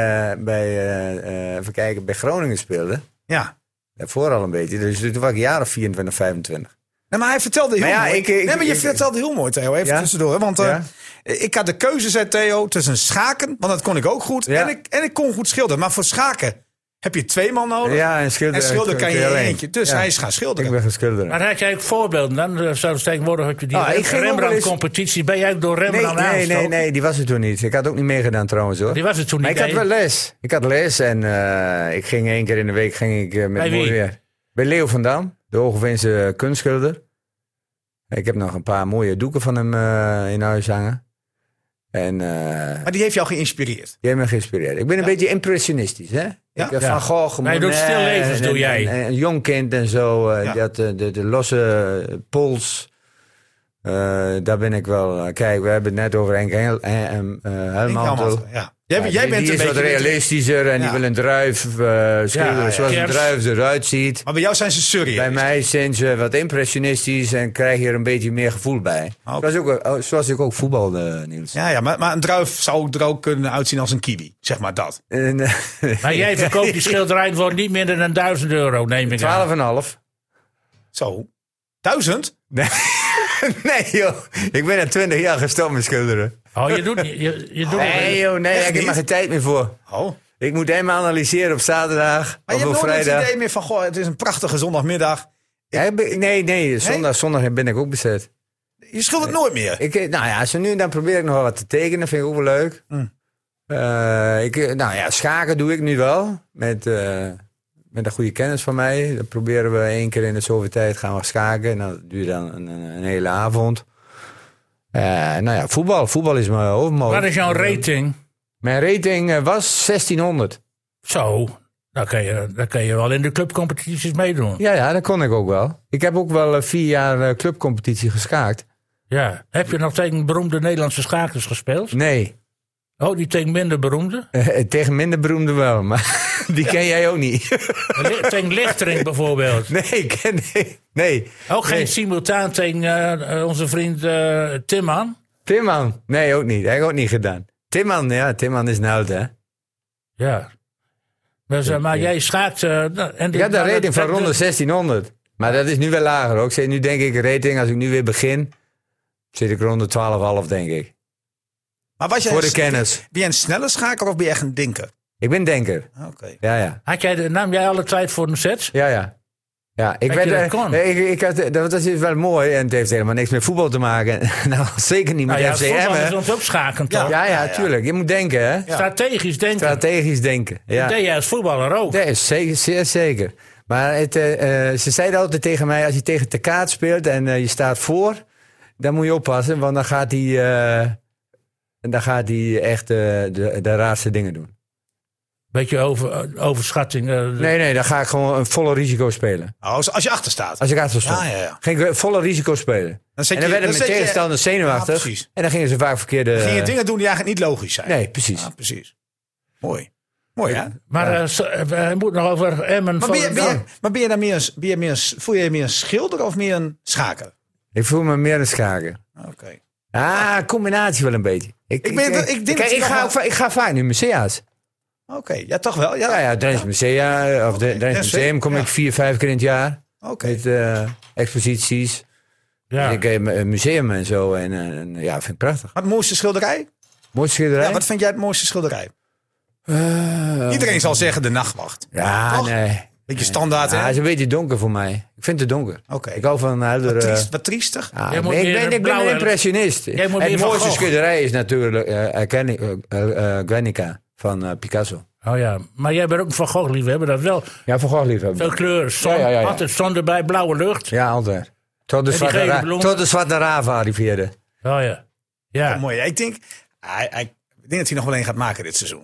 bij Groningen speelde. Ja. Daarvoor al een beetje. Dus toen was ik een jaar of 24, 25. Nee, maar hij vertelde heel mooi. Je vertelde heel mooi, Theo. Even tussendoor. Hè? Want ik had de keuze, zei Theo, tussen schaken. Want dat kon ik ook goed. Ja. En ik kon goed schilderen. Maar voor schaken heb je 2 man nodig. Ja, en schilderen kan je eentje. Dus hij is gaan schilderen. Ik ben gaan schilderen. Maar had jij ook voorbeelden dan? Zoals tegenwoordig heb je die Rembrandt-competitie. Ben jij door Rembrandt aangestoken? Nee, die was het toen niet. Ik had ook niet meegedaan trouwens, hoor. Die was het toen niet. Maar ik had wel les. Ik had les en ik ging 1 keer in de week met mooi weer. Bij Leo van Dam, de Hogeveense kunstschilder. Ik heb nog een paar mooie doeken van hem in huis hangen. Maar die heeft jou geïnspireerd? Die heeft me geïnspireerd. Ik ben een beetje impressionistisch, hè? Ja? Van Gogh. Maar je doet stil levens, doe jij. Een jong kind en zo. De losse pols. Daar ben ik wel... Kijk, we hebben het net over Henk Helmantel. Jij bent die is wat realistischer en die wil een druif schilderen zoals een druif eruit ziet. Maar bij jou zijn ze serieus. Bij mij zijn ze wat impressionistisch en krijg je er een beetje meer gevoel bij. Okay. Zoals ik ook voetbalde, Niels. Ja, maar een druif zou er ook kunnen uitzien als een kiwi. Zeg maar dat. Maar jij verkoopt die schilderij voor niet minder dan €1.000, neem ik aan. 12,5. Zo. 1000? Nee. Nee, joh. Ik ben er 20 jaar gestopt met schilderen. Oh, je doet niet. Je doet nee, joh, nee, ik heb er geen tijd meer voor. Oh. Ik moet hem analyseren op zaterdag. Maar of je op hebt nooit vrijdag. het idee meer van, goh, het is een prachtige zondagmiddag. Nee, zondag ben ik ook bezet. Je schildert nooit meer? Nou ja, zo nu en dan probeer ik nog wel wat te tekenen. Vind ik ook wel leuk. Schaken doe ik nu wel. Met een goede kennis van mij. Dan proberen we 1 keer in de zoveel tijd gaan we schaken. En dat duurt dan een hele avond. Voetbal is mijn hoofdmoot. Wat is jouw rating? Mijn rating was 1600. Zo, dan kan je wel in de clubcompetities meedoen. Ja, dat kon ik ook wel. Ik heb ook wel 4 jaar clubcompetitie geschaakt. Ja, heb je nog tegen beroemde Nederlandse schakers gespeeld? Nee. Oh, die tegen minder beroemde? Tegen minder beroemde wel, maar die ken jij ook niet. Tegen Lichtering bijvoorbeeld? Nee. Ook geen simultaan tegen onze vriend Timman? Timman? Nee, ook niet. Hij heeft ook niet gedaan. Timman is een held, hè? Ja. Maar jij schaakt... ik heb de rating van ronde 1600. Maar dat is nu wel lager ook. Nu denk ik rating, als ik nu weer begin, zit ik rond de 12,5, denk ik. Maar was jij voor de kennis. Ben je een snelle schaker of ben je echt een denker? Ik ben denker. Oké. Ja. Nam jij alle tijd voor een set? Ja. Dat is wel mooi en het heeft helemaal niks met voetbal te maken. Nou, zeker niet met FCM. Voetbal is ons ook schaken, toch? Ja, tuurlijk. Je moet denken, hè? Ja. Strategisch denken. Ja. Dat deed jij als voetballer ook. Dat is zeer zeker. Maar ze zeiden altijd tegen mij, als je tegen de kaart speelt en je staat voor, dan moet je oppassen, want dan gaat hij echt de raarste dingen doen. Beetje overschatting. Nee, dan ga ik gewoon een volle risico spelen. Oh, als je achter staat? Als ik achter stond. Ja. Ging ik volle risico spelen. Dan werden mijn tegenstanders zenuwachtig. Ja, en dan gingen ze vaak verkeerde... Dan ging je dingen doen die eigenlijk niet logisch zijn. Nee, precies. Ja, precies. Mooi, hè? Maar we moeten nog over Emmen... Maar ben je voel je meer een schilder of meer een schaker? Ik voel me meer een schaker. Oké. Combinatie wel een beetje. Ik ga vaak nu musea's. Oké, ja, toch wel? Ja, Drents Musea, of Drents Museum kom ik 4-5 keer in het jaar. Oké. Met exposities. Ja. Ik heb een museum en zo. En vind ik prachtig. Wat mooiste schilderij? Mooiste schilderij? Ja, wat vind jij het mooiste schilderij? Iedereen zal zeggen de Nachtwacht. Ja, toch? Nee. Beetje standaard, hè? Ja, het is een beetje donker voor mij. Ik vind het donker. Oké. Ik hou van heldere... Wat triestig? Ja, ik ben een impressionist. Het mooiste schilderij is natuurlijk Guernica van Picasso. Oh ja, maar jij bent ook een Van Gogh liefhebber, dat wel. Ja, Van Gogh liefhebber. Veel kleuren, altijd zon erbij, blauwe lucht. Ja, altijd. Tot de Zwarte Raaf arriveerde. Oh ja. Ja. Oh, mooi. Ik denk dat hij nog wel een gaat maken dit seizoen.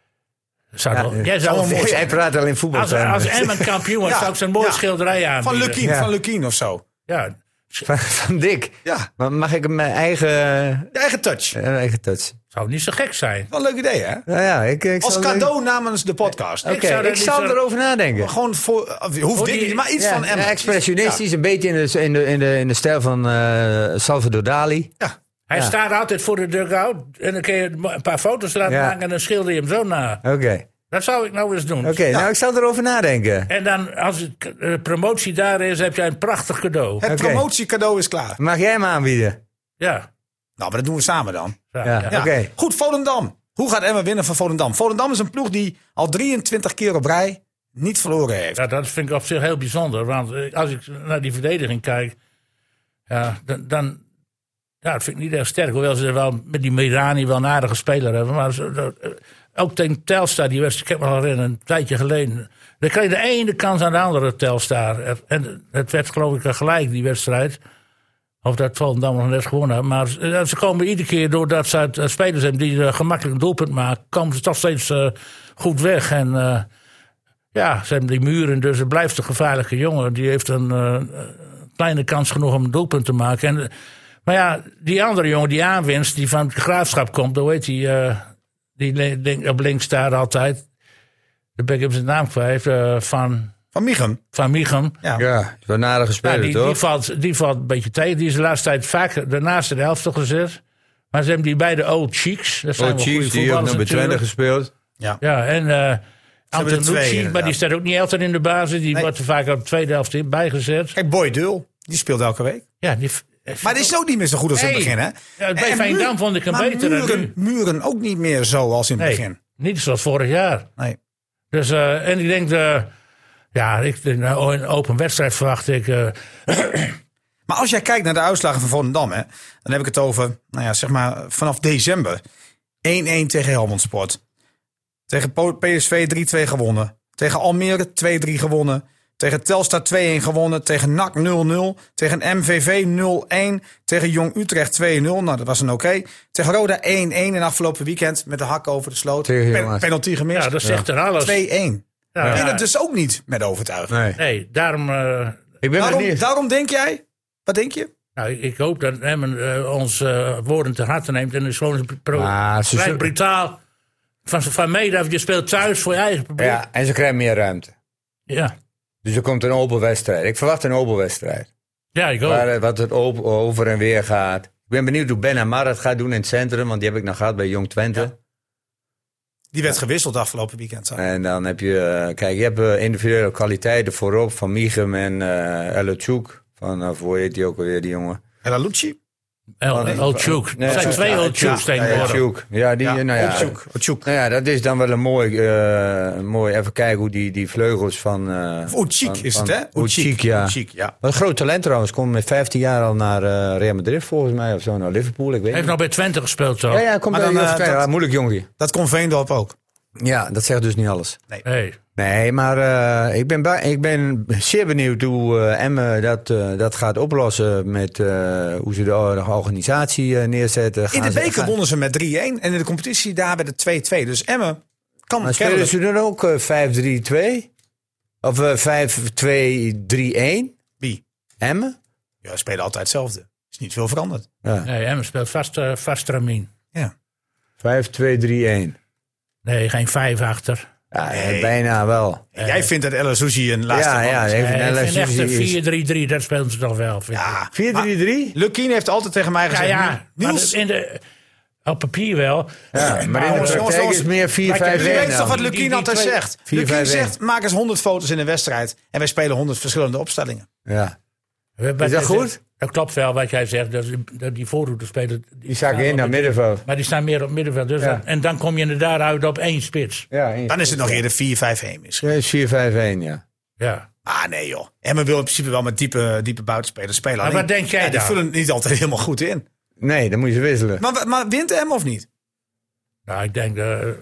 Jij praat al in voetbal. Als Emmen kampioen zou ik zo'n mooie schilderij aanbieden. Van Lukien of zo. Ja. Van Dick. Ja. Maar mag ik mijn eigen... Je eigen touch. Eigen touch. Zou niet zo gek zijn. Wel een leuk idee, hè? Ja, als cadeau namens de podcast. Ik zal erover nadenken. Gewoon hoeft dit niet, maar iets van Emmen. Expressionistisch, een beetje in de stijl van Salvador Dali. Ja. Hij staat altijd voor de dugout en dan kun je een paar foto's laten maken en dan schilder je hem zo na. Oké. Dat zou ik nou eens doen. Nou ik zal erover nadenken. En dan als de promotie daar is, heb jij een prachtig cadeau. Het promotiecadeau is klaar. Mag jij hem aanbieden? Ja. Nou, maar dat doen we samen dan. Ja. Oké. Goed, Volendam. Hoe gaat Emmen winnen van Volendam? Volendam is een ploeg die al 23 keer op rij niet verloren heeft. Ja, dat vind ik op zich heel bijzonder. Want als ik naar die verdediging kijk, dan dat vind ik niet erg sterk. Hoewel ze wel met die Mirani wel een aardige speler hebben. Maar ook tegen Telstar, die wedstrijd, ik heb me al herinnerd, een tijdje geleden. Dan kreeg de ene kans aan de andere Telstar. En het werd geloof ik gelijk, die wedstrijd. Of dat Volendam nog net gewonnen hebben. Maar ze komen iedere keer, doordat ze spelers hebben die gemakkelijk een doelpunt maken, komen ze toch steeds goed weg. En ze hebben die muren, dus het blijft een gevaarlijke jongen. Die heeft een kleine kans genoeg om een doelpunt te maken. Maar ja, die andere jongen, die aanwinst, die van het Graafschap komt, hoe heet die? die op links staat altijd. Daar ben ik zijn naam kwijt. Van Michem. Van Michem. Ja, wel een aardige speler, toch? Die valt een beetje tegen. Die is de laatste tijd vaak daarnaast in de helft gezet. Maar ze hebben die beide Old Cheeks. Dat zijn Old Cheeks, die heeft nog bij Twente gespeeld. Ja, en Antonucci, maar die staat ook niet altijd in de basis. Die wordt er vaak op de tweede helft bijgezet. Kijk, Boy Dul, die speelt elke week. Ja, maar die is ook niet meer zo goed als in het begin, hè? Ja, bij Veendam vond ik hem beter. Muren ook niet meer zo als in het begin. Niet zoals vorig jaar. Nee. Dus, en ik denk, een open wedstrijd verwacht ik. Maar als jij kijkt naar de uitslagen van Volendam, hè, dan heb ik het over, zeg maar vanaf december. 1-1 tegen Helmond Sport. Tegen PSV 3-2 gewonnen. Tegen Almere 2-3 gewonnen. Tegen Telstar 2-1 gewonnen. Tegen NAC 0-0. Tegen MVV 0-1. Tegen Jong Utrecht 2-0. Nou, dat was een oké. Tegen Roda 1-1 en afgelopen weekend met de hak over de sloot. Penalty gemist. Ja, dat zegt er alles. 2-1. En het dus ook niet met overtuiging. Nee, daarom... Daarom denk jij? Wat denk je? Nou, ik hoop dat Emmen ons woorden te harte neemt. En is gewoon vrij brutaal. Van Meedaf, je speelt thuis voor je eigen publiek. Ja, en ze krijgen meer ruimte. Ja. Dus er komt een open wedstrijd. Ik verwacht een open wedstrijd. Ja, ik ook. Wat het over en weer gaat. Ik ben benieuwd hoe Ben Amar het gaat doen in het centrum. Want die heb ik nog gehad bij Jong Twente. Ja. Die werd gewisseld afgelopen weekend. En dan heb je... Kijk, je hebt individuele kwaliteiten voorop. Van Michem en Elotjouk. Hoe heet die ook alweer, die jongen? Elalucci? Oltjouk. Er zijn twee Oltjoeks tegenwoordig. Ja, Oltjouk. Nou ja, dat is dan wel een mooi even kijken hoe die vleugels van... Oltjouk is het, hè? Oltjouk, ja. Wat een groot talent trouwens. Komt met 15 jaar al naar Real Madrid volgens mij. Of zo, naar Liverpool, ik weet niet. Hij heeft nog bij Twente gespeeld, zo. Ja, komt bij moeilijk jongetje. Dat kon Veendorp ook. Ja, dat zegt dus niet alles. Nee, maar ik ben zeer benieuwd hoe Emmen dat gaat oplossen met hoe ze de organisatie neerzetten. In de beker wonnen ze met 3-1 en in de competitie daar bij de 2-2. Dus Emmen kan... Maar spelen ze dan ook 5-3-2? Of 5-2-3-1? Wie? Emmen? Ja, ze spelen altijd hetzelfde. Is niet veel veranderd. Ja. Nee, Emmen speelt vast Ramien. Ja. 5-2-3-1. Nee, geen 5 achter. Ja, bijna wel. Jij vindt dat El Azzouzi een laatste man is. Ik vind echt 4-3-3, dat speelt ze toch wel. Ja, 4-3-3? Lukien heeft altijd tegen mij gezegd... Ja, Niels, op papier wel. Ja, maar in de praktijk is meer 4-5-1. Je weet toch wat Lukien altijd zegt? Lukien zegt, maak eens 100 foto's in een wedstrijd... en wij spelen 100 verschillende opstellingen. Ja. Is dat goed? Dat klopt wel wat jij zegt. Dat die voorhoede spelen. Die zakken in naar middenveld. Maar die staan meer op middenveld. Dus en dan kom je inderdaad uit op 1 spits. Ja, dan is het nog eerder 4-5-1 misschien. Ja, 4-5-1, ja. Ah, nee joh. Emmen wil in principe wel met diepe buitenspelers spelen. Maar wat denk jij dan? Die vullen niet altijd helemaal goed in. Nee, dan moet je ze wisselen. Maar wint Emmen of niet? Nou, ik denk...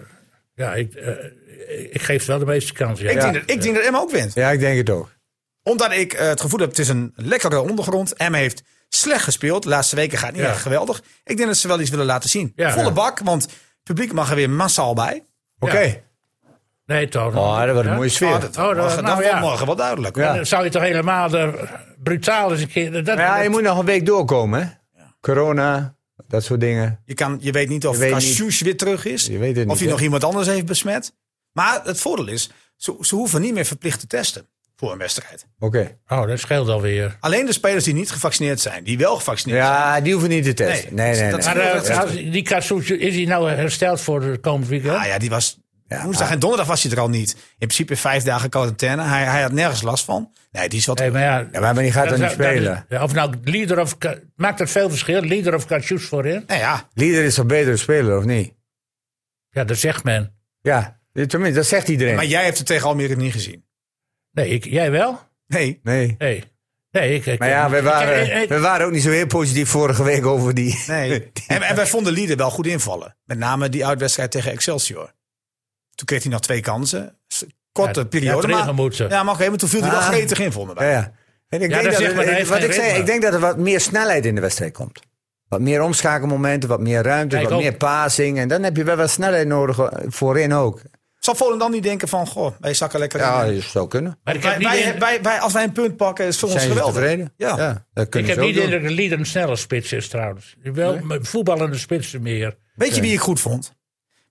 ik geef wel de meeste kans. Ja. Ik denk dat Emmen ook wint. Ja, ik denk het ook. Omdat ik het gevoel heb, het is een lekkere ondergrond. Emmen heeft slecht gespeeld. De laatste weken gaat niet echt geweldig. Ik denk dat ze wel iets willen laten zien. Ja, volle bak, want het publiek mag er weer massaal bij. Oké. Nee, toch. Dat wordt een mooie sfeer. Dat wordt morgen wel duidelijk. Ja. Dan zou je toch helemaal brutaal eens een keer... je moet nog een week doorkomen, hè? Ja. Corona, dat soort dingen. Je weet niet of Cassius weer terug is. Je weet het niet, of hij nog iemand anders heeft besmet. Maar het voordeel is, ze hoeven niet meer verplicht te testen. Voor een wedstrijd. Oké. Oh, dat scheelt alweer. Alleen de spelers die niet gevaccineerd zijn. Die wel gevaccineerd zijn. Ja, die hoeven niet te testen. Nee. Maar die Cassius, is hij nou hersteld voor de komende weekend? Ja, die was... woensdag en donderdag was hij er al niet. In principe 5 dagen quarantaine. Hij had nergens last van. Nee, die is wat... maar die gaat dan niet spelen. Of nou, Lieder of... Maakt dat veel verschil? Lieder of Cassius voorin? Ja. Lieder is een betere speler, of niet? Ja, dat zegt men. Ja, tenminste, dat zegt iedereen. Maar jij hebt het tegen Almere niet gezien. Nee, jij wel? Nee. Maar we waren ook niet zo heel positief vorige week over die... Nee. En wij vonden Lieder wel goed invallen. Met name die uitwedstrijd tegen Excelsior. Toen kreeg hij nog 2 kansen. Korte periode. Maar toen viel hij wel gretig in, vonden wij. Ja. En ik denk dat er wat meer snelheid in de wedstrijd komt. Wat meer omschakelmomenten, wat meer ruimte, wat meer passing. En dan heb je wel wat snelheid nodig voorin ook. Zal Volendam niet denken van, wij zakken lekker in? Ja, dat zou kunnen. Maar als wij een punt pakken, is het voor ons geweldig. Ja, ik heb niet dat de Lieder een snelle spits is trouwens. Wel voetballende spitsen meer. Weet je wie ik goed vond?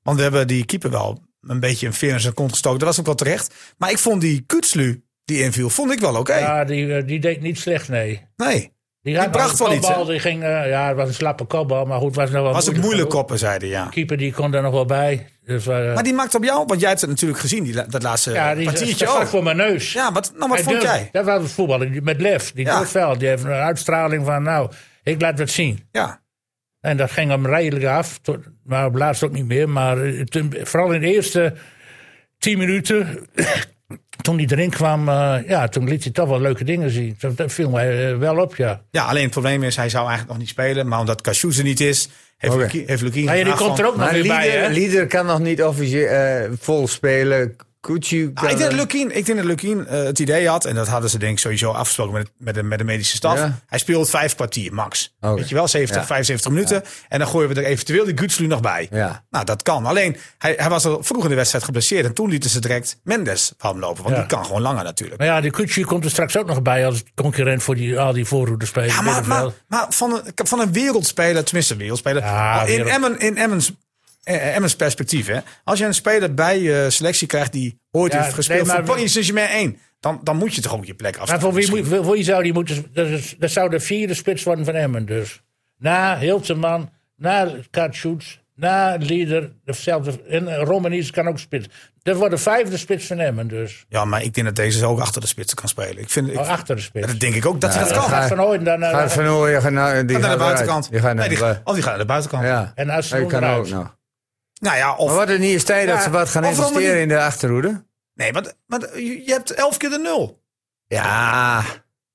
Want we hebben die keeper wel een beetje een veer in zijn kont gestoken. Dat was ook wel terecht. Maar ik vond die Kutslu die inviel, vond ik wel oké. Ja, die deed niet slecht, nee. Nee. Die bracht wel iets. Die ging, het was een slappe kopbal, maar goed, was ook moeilijk koppen, zeiden ja. De keeper die kon er nog wel bij. Dus, maar die maakt op jou, want jij hebt het natuurlijk gezien, dat laatste kwartiertje ook. Ja, voor mijn neus. Ja, wat vond jij? Dat was het voetbal, met lef. Die Doorveld, die heeft een uitstraling van, ik laat het zien. Ja. En dat ging hem redelijk af, maar op laatst ook niet meer. Maar vooral in de eerste 10 minuten... Toen hij erin kwam, toen liet hij toch wel leuke dingen zien. Dat viel mij wel op, ja. Ja, alleen het probleem is, hij zou eigenlijk nog niet spelen. Maar omdat Cassius er niet is, heeft Lukien... Ja, die komt er ook nog weer bij, hè? Lieder kan nog niet officieel vol spelen. Ik denk dat Lukien het idee had, en dat hadden ze denk ik sowieso afgesproken met de medische staf. Ja. Hij speelt 5 kwartier max. Okay. Weet je wel, 75 minuten. Ja. En dan gooien we er eventueel die Gutslu nog bij. Ja. Nou, dat kan. Alleen, hij was al vroeg in de wedstrijd geblesseerd. En toen lieten ze direct Mendes van hem lopen. Want die kan gewoon langer natuurlijk. Maar ja, die Gutslu komt er straks ook nog bij als concurrent voor al die voorhoederspelers. Ja, maar van een wereldspeler, tenminste een wereldspeler. Ja, in Emmens perspectief, hè. Als je een speler bij je selectie krijgt die ooit heeft gespeeld voor Paris Saint-Germain 1, dan moet je toch ook je plek afstaan. Maar voor wie zou die moeten... Dat zou de 4e spits worden van Emmen dus. Na Hilterman, na Katsjoets, na Lieder, dezelfde. En Romanis kan ook spits. Dat wordt de 5e spits van Emmen dus. Ja, maar ik denk dat deze ook achter de spitsen kan spelen. Achter de spits? Ja, dat denk ik ook dat hij dat kan. Gaat Van Ooyen dan naar de buitenkant. Die gaat naar de buitenkant. Ja. En als hij kan ook nog. Nou ja, maar wat er niet is tijd dat ze wat gaan investeren in de achterhoede? Nee, maar je hebt 11 keer de 0. Ja.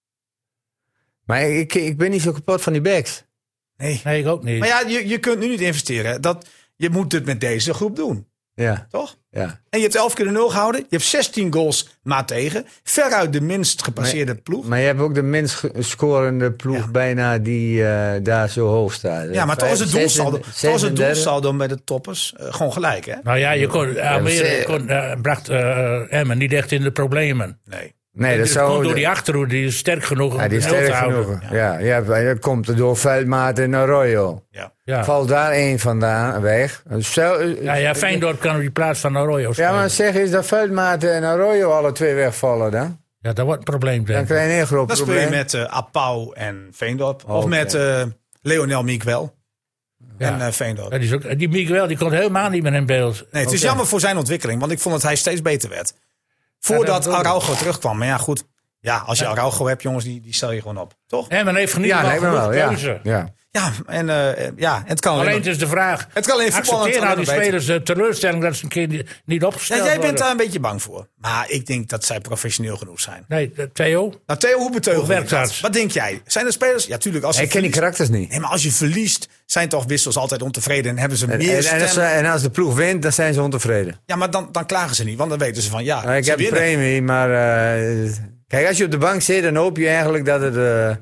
Maar ik ben niet zo kapot van die backs. Nee, ik ook niet. Maar ja, je kunt nu niet investeren. Je moet het met deze groep doen. Ja. Toch? Ja. En je hebt 11 keer de 0 gehouden. Je hebt 16 goals maar tegen. Veruit de minst gepasseerde ploeg. Maar je hebt ook de minst scorende ploeg bijna die daar zo hoog staat. Ja, maar toch is het doelsaldo met de toppers gewoon gelijk, hè? Nou ja, Almere bracht Emmen niet echt in de problemen. Nee, dat zou... door die achterhoede, die is sterk genoeg om die sterk te houden. Ja, dat komt door Veldmaat en Arroyo. Ja. Valt daar één vandaan weg. Feyenoord kan op die plaats van Arroyo spelen. Ja, maar zeg eens dat Veldmaat en Arroyo alle 2 wegvallen dan? Ja, dat wordt een probleem. Dan krijg je een heel groot probleem. Dan speel je met Apau en Veendorp. Of met Leonel Miguel. En Veendorp. Die Miguel die komt helemaal niet meer in beeld. Nee, het is jammer voor zijn ontwikkeling. Want ik vond dat hij steeds beter werd. Voordat Araujo terugkwam. Maar ja, goed. Ja, als je Araujo hebt, jongens, die stel je gewoon op. Toch? En men heeft genoeg keuze. Ja, en het kan alleen. Het is de vraag. Het kan alleen voetbal. Accepteer die spelers de teleurstelling dat ze een keer niet opgesteld worden. Jij bent daar een beetje bang voor. Maar ik denk dat zij professioneel genoeg zijn. Nee, Theo? Nou, Theo, hoe beteugel je dat? Wat denk jij? Zijn er spelers? Ja, tuurlijk. Ik ken die karakters niet. Nee, maar als je verliest, zijn toch wissels altijd ontevreden en hebben ze meer stemmen. En als de ploeg wint, dan zijn ze ontevreden. Ja, maar dan klagen ze niet. Want dan weten ze van, ja, ik heb een premie, maar... kijk, als je op de bank zit, dan hoop je eigenlijk dat het...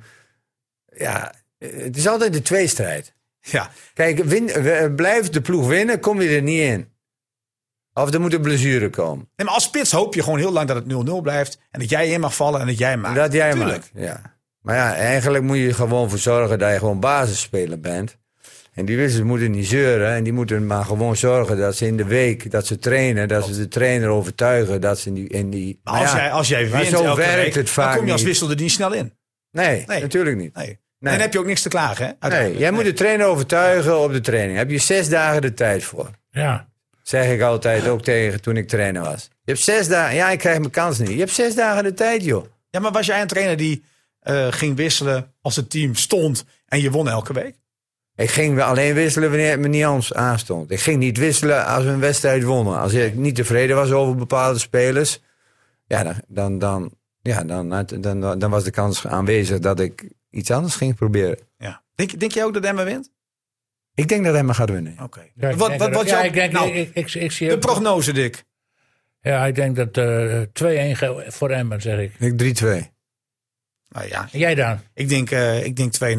het is altijd de tweestrijd. Ja. Kijk, blijft de ploeg winnen, kom je er niet in. Of er moet een blessure komen. Nee, maar als spits hoop je gewoon heel lang dat het 0-0 blijft. En dat jij in mag vallen en dat jij maakt. Dat jij maakt, ja. Maar ja, eigenlijk moet je gewoon voor zorgen dat je gewoon basisspeler bent. En die wissels moeten niet zeuren. En die moeten maar gewoon zorgen dat ze in de week, dat ze trainen. Dat ze de trainer overtuigen dat ze in die... Maar als jij wint elke week, dan kom je als wissel er niet snel in. Nee, natuurlijk niet. Nee. En dan heb je ook niks te klagen, hè? Nee, jij moet de trainer overtuigen op de training. Daar heb je 6 dagen de tijd voor. Ja. Zeg ik altijd ook tegen toen ik trainer was. Je hebt 6 dagen... Ja, ik krijg mijn kans niet. Je hebt 6 dagen de tijd, joh. Ja, maar was jij een trainer die ging wisselen als het team stond en je won elke week? Ik ging alleen wisselen wanneer het me niet anders aanstond. Ik ging niet wisselen als we een wedstrijd wonnen. Als ik niet tevreden was over bepaalde spelers... Ja, dan was de kans aanwezig dat ik iets anders ging proberen. Ja. Denk jij ook dat Emmen wint? Ik denk dat Emmen gaat winnen. Oké. Ik zie de prognose, Dick. Ja, ik denk dat 2-1 voor Emmen, zeg ik. Ik 3-2. Nou ja. En jij dan? Ik denk 2-0.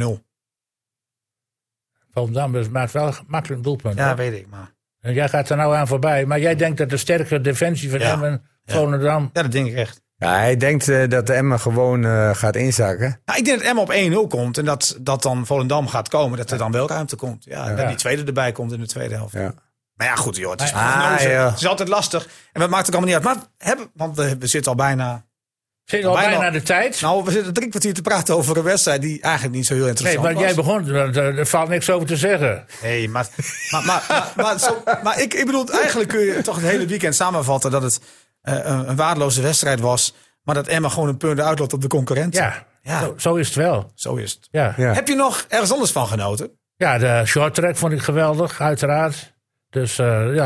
Volendam maakt wel makkelijk een doelpunt. Ja, hoor. Weet ik, maar... En jij gaat er nou aan voorbij. Maar jij denkt dat de sterke defensie van Emmen, Volendam... Ja, dat denk ik echt. Ja, hij denkt dat de Emmen gewoon gaat inzakken. Nou, ik denk dat Emmen op 1-0 komt. En dat dan Volendam gaat komen. Dat er dan wel ruimte komt. Ja, dat die tweede erbij komt in de tweede helft. Ja. Maar ja, goed joh. Het is altijd lastig. En dat maakt ook allemaal niet uit. Maar want we zitten al bijna... bijna de tijd. Nou, we zitten 3 kwartier te praten over een wedstrijd die eigenlijk niet zo heel interessant was. Nee, maar jij begon, er valt niks over te zeggen. Nee, maar ik bedoel, eigenlijk kun je toch het hele weekend samenvatten dat het een waardeloze wedstrijd was. Maar dat Emma gewoon een punt uitloopt op de concurrenten. Ja. Zo is het wel. Zo is het. Ja. Heb je nog ergens anders van genoten? Ja, de short track vond ik geweldig, uiteraard. Dus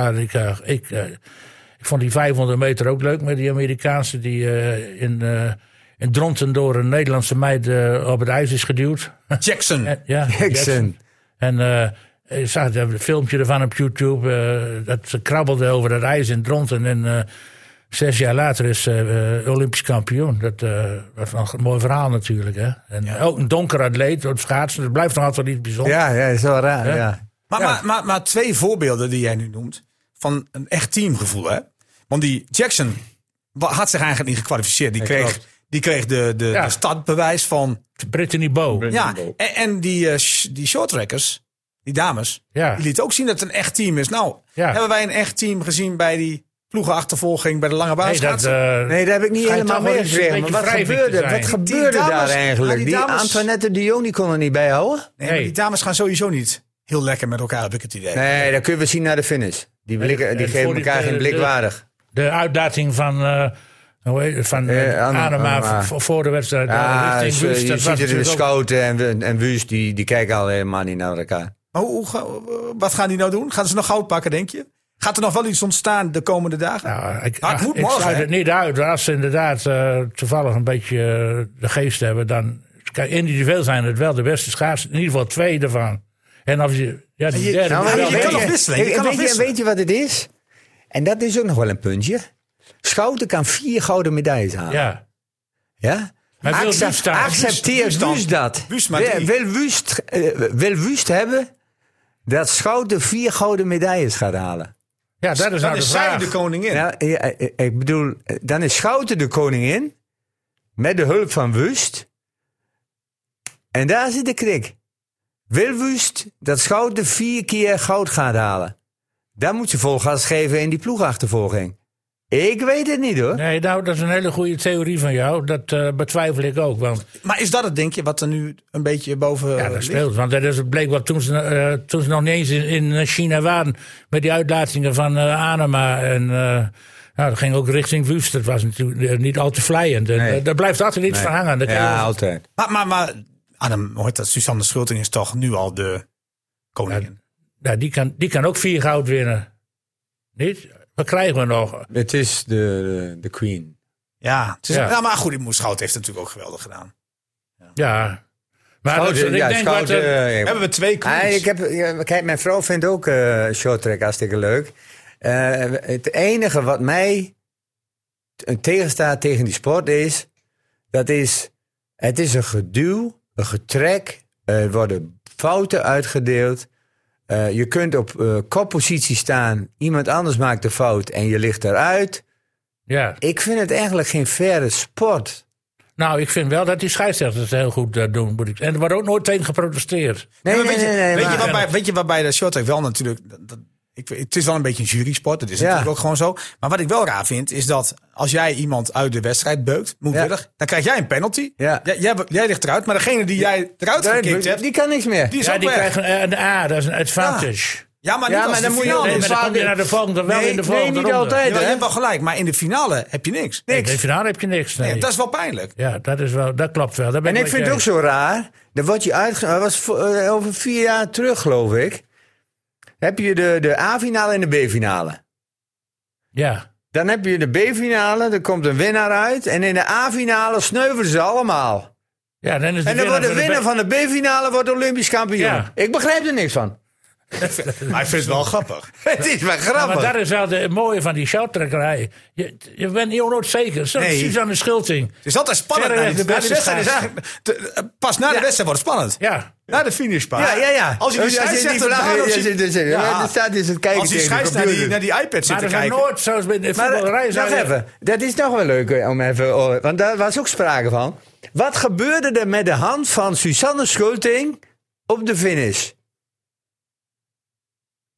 ik vond die 500 meter ook leuk met die Amerikaanse die in Dronten door een Nederlandse meid op het ijs is geduwd. Jackson. Jackson. En ik zag een filmpje ervan op YouTube. Dat ze krabbelde over het ijs in Dronten. En 6 jaar later is Olympisch kampioen. Dat was nog een mooi verhaal natuurlijk. Hè? En ook een donker atleet op schaatsen. Dat blijft nog altijd iets bijzonders. Ja, dat is wel raar. Ja. Maar 2 voorbeelden die jij nu noemt. Van een echt teamgevoel. Hè? Want die Jackson had zich eigenlijk niet gekwalificeerd. Die kreeg de startbewijs van... Brittany Bow. Ja, en die shorttrackers, die dames, die lieten ook zien dat het een echt team is. Nou, hebben wij een echt team gezien bij die ploegenachtervolging bij de lange baanschaatsen? Nee, daar heb ik niet helemaal meegekregen. Maar wat gebeurde daar eigenlijk? Die Antoinette de Jong kon er niet bij houden? Nee, maar die dames gaan sowieso niet heel lekker met elkaar, heb ik het idee. Nee, dat kunnen we zien naar de finish. Die geven elkaar geen blik waardig. De uitdating van Anema voor de wedstrijd. Richting Wust, je ziet er de Schouten en Wust, die kijken al helemaal niet naar elkaar. Maar wat gaan die nou doen? Gaan ze nog goud pakken, denk je? Gaat er nog wel iets ontstaan de komende dagen? Nou, ik sluit het niet uit. Als ze inderdaad toevallig een beetje de geest hebben, dan... Kijk, individueel zijn het wel de beste schaatsen. In ieder geval 2 ervan. En als je... Ja, die derde... je kan nog wisselen. Weet je wat het is? En dat is ook nog wel een puntje. Schouten kan 4 gouden medailles halen. Ja? Maar accepteert Wust dat? Wil Wust hebben dat Schouten 4 gouden medailles gaat halen? Ja, dat is nou de vraag. Zij de koningin. Ja, ik bedoel, dan is Schouten de koningin met de hulp van Wust. En daar zit de krik. Wil Wust dat Schouten 4 keer goud gaat halen? Dan moet je vol gas geven in die ploegachtervolging. Ik weet het niet hoor. Nee, nou, dat is een hele goede theorie van jou. Dat betwijfel ik ook. Want... Maar is dat het, denk je, wat er nu een beetje boven Ja, dat speelt. Want dat is bleek wat toen ze nog niet eens in China waren... met die uitlatingen van Anema. En dat ging ook richting Wust. Dat was natuurlijk niet al te vlijend. En daar blijft altijd iets van hangen. Ja, altijd. Maar Adam, hoort dat Suzanne Schulting is toch nu al de koningin? Ja, die kan ook 4 goud winnen. Niet? Wat krijgen we nog? Het is de queen. Ja, maar goed, die Schouten heeft het natuurlijk ook geweldig gedaan. Ja. Maar Schouten, ik denk dat hebben we 2 queens. Kijk, mijn vrouw vindt ook shorttrack hartstikke leuk. Het enige wat mij tegenstaat tegen die sport is... Het is een geduw, een getrek. Er worden fouten uitgedeeld. Je kunt op koppositie staan. Iemand anders maakt de fout en je ligt eruit. Ja. Ik vind het eigenlijk geen faire sport. Nou, ik vind wel dat die scheidsrechters het heel goed doen. En er wordt ook nooit tegen geprotesteerd. Weet je waarbij de shorttrack wel natuurlijk... Het is wel een beetje een jurysport, dat is natuurlijk ook gewoon zo. Maar wat ik wel raar vind, is dat als jij iemand uit de wedstrijd beukt, moedwillig, dan krijg jij een penalty. Ja. Jij ligt eruit, maar degene die jij eruit gekikt hebt... Die kan niks meer. Die krijgt een A, dat is een advantage. Ja, maar dan moet je dan kom je naar de volgende, wel in de volgende niet ronde. altijd. Je hebt wel gelijk, maar in de finale heb je niks. In de finale heb je niks. Nee. Dat is wel pijnlijk. Ja, dat klopt wel. En ik vind het ook zo raar. Dan word je uitgenodigd. Dat was over 4 jaar terug, geloof ik. Heb je de A-finale en de B-finale. Ja. Dan heb je de B-finale, er komt een winnaar uit. En in de A-finale sneuvelen ze allemaal. Ja, dan is en dan wordt de winnaar van de B-finale Olympisch kampioen. Ja. Ik begrijp er niks van. Maar ik vind het wel grappig. Het is wel grappig. Ja, maar dat is wel het mooie van die shouttrekkerij. Je bent heel nooit zeker. Suzanne Schulting. Het is altijd spannend. Pas na de wedstrijd wordt het spannend. Ja. Na de finish pas. Ja. Als je die scheidsrechter als die scheidsrechter naar die iPad zit te kijken. Maar dat is nooit zoals bij de voetballerij. Dat is nog wel leuk om even... Want daar was ook sprake van. Wat gebeurde er met de hand van Suzanne Schulting op de finish?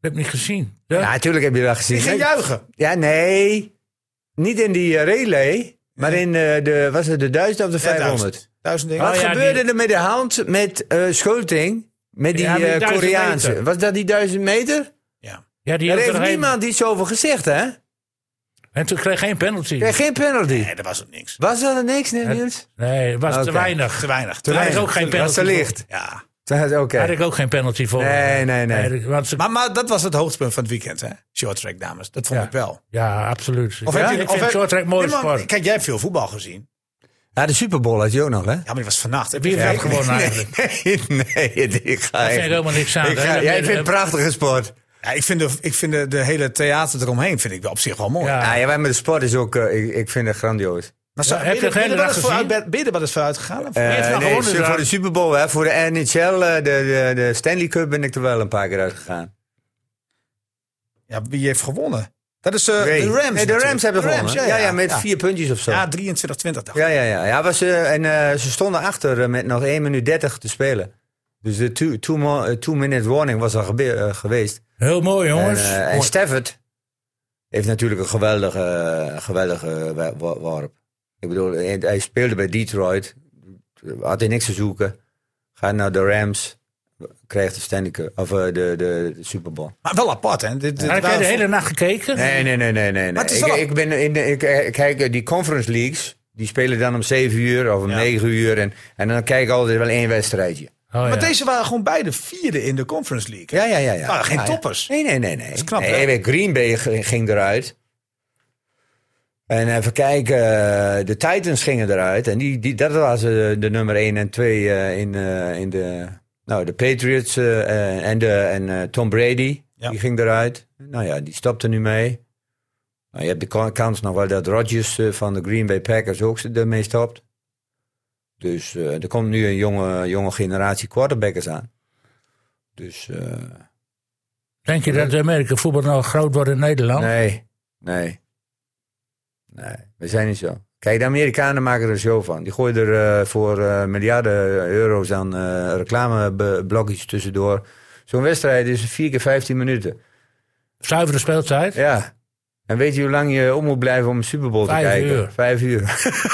heb ik niet gezien. Ja, natuurlijk heb je dat gezien. Die ging juichen. Ja, nee. Niet in die relay, maar in was het de 1000 of de 500? 1000 dingen. Wat gebeurde er met de hand met Schulting? Met die Koreaanse. meter. Was dat die 1000 meter? Ja, Daar heeft niemand iets over gezegd, hè? En toen kreeg geen penalty. Geen penalty. Nee, dat was ook niks. Was dat niks, Niels? Nee, het was te weinig. Te weinig. Daar had ik ook geen penalty. Was te licht. Ja. Oké. Daar had ik ook geen penalty voor. Nee. Maar dat was het hoogtepunt van het weekend, hè? Short track, dames. Dat vond ik wel. Ja, absoluut. Ik vind short track mooi sport. Kijk, jij hebt veel voetbal gezien. Ja, de Super Bowl had je ook nog, hè? Ja, maar die was vannacht. Wie heeft dat gewoon eigenlijk? Nee, ik ga Daar vind ik helemaal niks aan. Jij vindt het een prachtige sport. Ja, ik vind de hele theater eromheen vind ik wel op zich wel mooi. Ja, wij met de sport is ook, ik vind het grandioos. Maar heb je geen dag gezien? Ben je er wat eens vooruit gegaan? Nee, voor de Super Bowl, hè, voor de NHL, de Stanley Cup ben ik er wel een paar keer uitgegaan. Ja, wie heeft gewonnen? Dat is de Rams. Nee, de Rams hebben gewonnen. Ja, met 4 puntjes of zo. Ja, 23-20 dacht ik. Ja, ze stonden achter met nog 1 minuut 30 te spelen. Dus de 2-minute warning was al geweest. Heel mooi, jongens. En Stafford heeft natuurlijk een geweldige worp. Ik bedoel, hij speelde bij Detroit. Had hij niks te zoeken. Gaat naar de Rams. Krijgt de Stanley Cup, of de Super Bowl. Maar wel apart, hè? Heb jij de hele nacht gekeken? Nee. Ik kijk die Conference Leagues. Die spelen dan om 7 uur of om 9 uur. En dan kijk ik altijd wel 1 wedstrijdje. Maar deze waren gewoon beide vierde in de Conference League. Ja. Waren geen toppers. Nee. Dat is knap, hè? Green Bay ging eruit. En even kijken, de Titans gingen eruit. En dat was de nummer 1 en 2 in de... Nou, de Patriots en Tom Brady, die ging eruit. Nou ja, die stopte nu mee. Nou, je hebt de kans nog wel dat Rodgers van de Green Bay Packers ook ermee stopt. Dus er komt nu een jonge generatie quarterbackers aan. Dus... Denk je dat Amerika voetbal nou groot wordt in Nederland? Nee. We zijn niet zo. Kijk, de Amerikanen maken er een show van. Die gooien er voor miljarden euro's aan reclameblokjes tussendoor. Zo'n wedstrijd is 4 keer 15 minuten. Zuivere speeltijd? Ja. En weet je hoe lang je om moet blijven om een Super Bowl te kijken? 5 uur.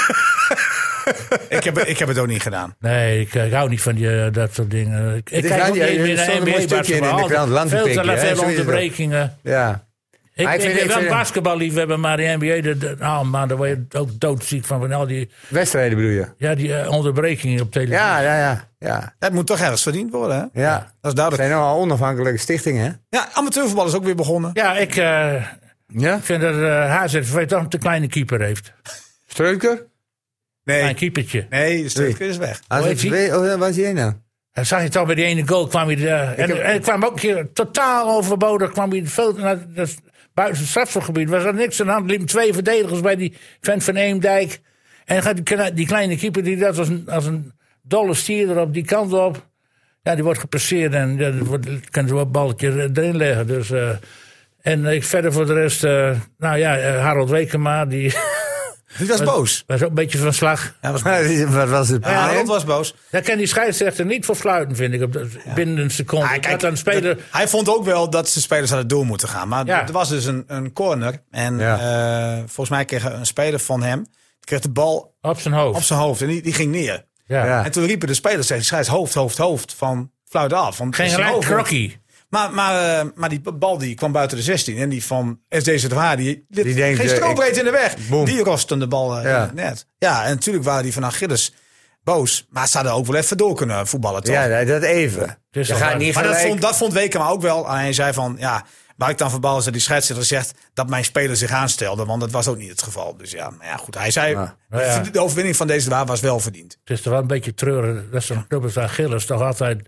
Ik heb het ook niet gedaan. Nee, ik hou niet van dat soort dingen. Ik kijk ook niet meer naar NBA. Een stukje in de krant. Veel te veel onderbrekingen. Ja. Ik ben wel een basketballiefhebber, maar de NBA, daar word je ook doodziek van al die... Wedstrijden bedoel je? Ja, die onderbrekingen op televisie. Ja. Het moet toch ergens verdiend worden, hè? Ja. Dat is duidelijk. Het zijn nou al onafhankelijke stichtingen, hè? Ja, amateurvoetbal is ook weer begonnen. Ja, ik vind dat HZV toch een te kleine keeper heeft. Streuker? Nee. Een keepertje. Nee, de Streuker is weg. HZV, waar is hij nou? Dan zag je toch bij die ene goal, kwam hij... En kwam ook een keer totaal overbodig, kwam hij veel... Buiten het strafschopgebied was er niks aan de hand. Er liepen 2 verdedigers bij die vent van Eemdijk. En dan gaat die kleine keeper, die dat als een dolle stier er op die kant op. Ja, die wordt gepasseerd en dan kan ze wel een balletje erin leggen. Dus, en verder voor de rest, Harold Wekema, die was boos. Was ook een beetje van slag. Ja, Wat was het? Harold was boos. Daar kan die scheidsrechter niet voor fluiten, vind ik, binnen een seconde. Hij vond ook wel dat de spelers hadden door moeten gaan. Maar er was dus een corner. En volgens mij kreeg een speler van hem... kreeg de bal op zijn hoofd. En die ging neer. Ja. En toen riepen de spelers tegen scheids hoofd van fluit af. Geen gelijk krokkie. Maar die bal die kwam buiten de 16. En die van SD Zwaar, die denkt, geen strobreed in de weg. Boom. Die roste de bal net. Ja, en natuurlijk waren die van Achilles boos. Maar ze hadden ook wel even door kunnen voetballen, toch? Ja, dat even. Dus maar dat vond Wekema ook wel. En hij zei van, waar ik dan verbal is dat die scheidsrechter zegt dat mijn speler zich aanstelde. Want dat was ook niet het geval. Dus goed. Hij zei, de overwinning van deze Zwaar was wel verdiend. Het is toch wel een beetje treurig. Dat is zo'n club als Achilles toch altijd...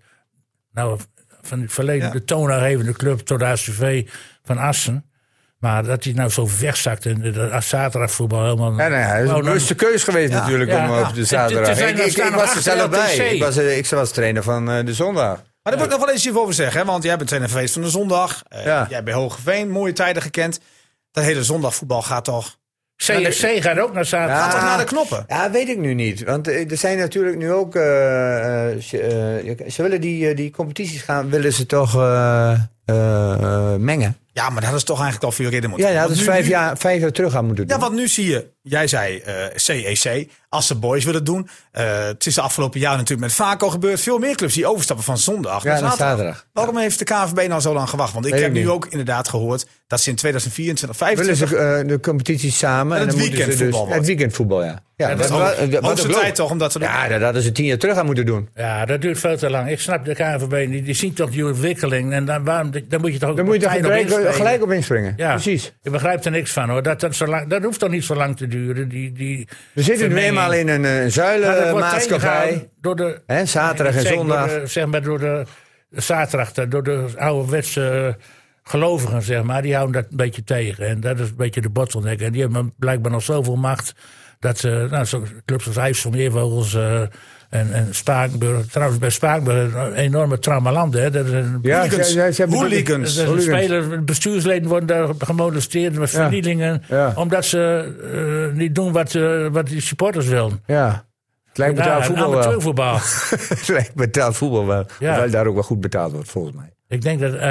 van het verleden de toonaangevende club tot de ACV van Assen. Maar dat hij nou zo wegzakt in de zaterdagvoetbal helemaal... Het is een bewuste keus geweest natuurlijk om op de zaterdag. Ik was er zelf bij. Ik was trainer van de zondag. Maar daar moet ik nog wel eens over zeggen. Hè? Want jij bent trainer geweest van de zondag. Jij hebt bij Hogeveen mooie tijden gekend. Dat hele zondagvoetbal gaat toch... CSC gaat ook naar zaterdag. Gaat toch naar de knoppen? Ja, weet ik nu niet. Want er zijn natuurlijk nu ook... ze willen die competities willen ze toch mengen. Ja, maar dat is toch eigenlijk al veel eerder moeten. Ja, dat is 5 jaar terug aan moeten doen. Ja, want nu zie je, jij zei CEC, als de boys willen doen. Het is de afgelopen jaren natuurlijk met Vaco gebeurd. Veel meer clubs die overstappen van zondag naar zaterdag. Waarom heeft de KNVB nou zo lang gewacht? Want ik heb nu ook inderdaad gehoord dat ze in 2024, 2025... Willen ze de competitie samen. En het weekendvoetbal. Het weekendvoetbal, ja. Ja, dat is hoogste tijd toch, omdat we... Ja, dat hadden ze 10 jaar terug aan moeten doen. Ja, dat duurt veel te lang. Ik snap de KNVB niet. Die zien toch die ontwikkeling. En dan moet je toch ook gelijk op inspringen. Ja, precies. Je begrijpt er niks van, hoor. Dat hoeft toch niet zo lang te duren. We zitten nu eenmaal in een zuilenmaatschappij. Zaterdag en zondag. Door de zaterdag, door de ouderwetse gelovigen, zeg maar. Die houden dat een beetje tegen. En dat is een beetje de bottleneck. En die hebben blijkbaar nog zoveel macht... dat zo clubs als IJsselmeervogels en Spakenburg... Trouwens, bij Spakenburg een enorme trammeland, hè. Dat is hooligans. Bestuursleden worden daar gemolesteerd met vernielingen... omdat ze niet doen wat die supporters willen. Ja. Het lijkt betaald voetbal amateurvoetbal. Het lijkt betaald voetbal wel. Ja. Hoewel daar ook wel goed betaald wordt, volgens mij. Ik denk dat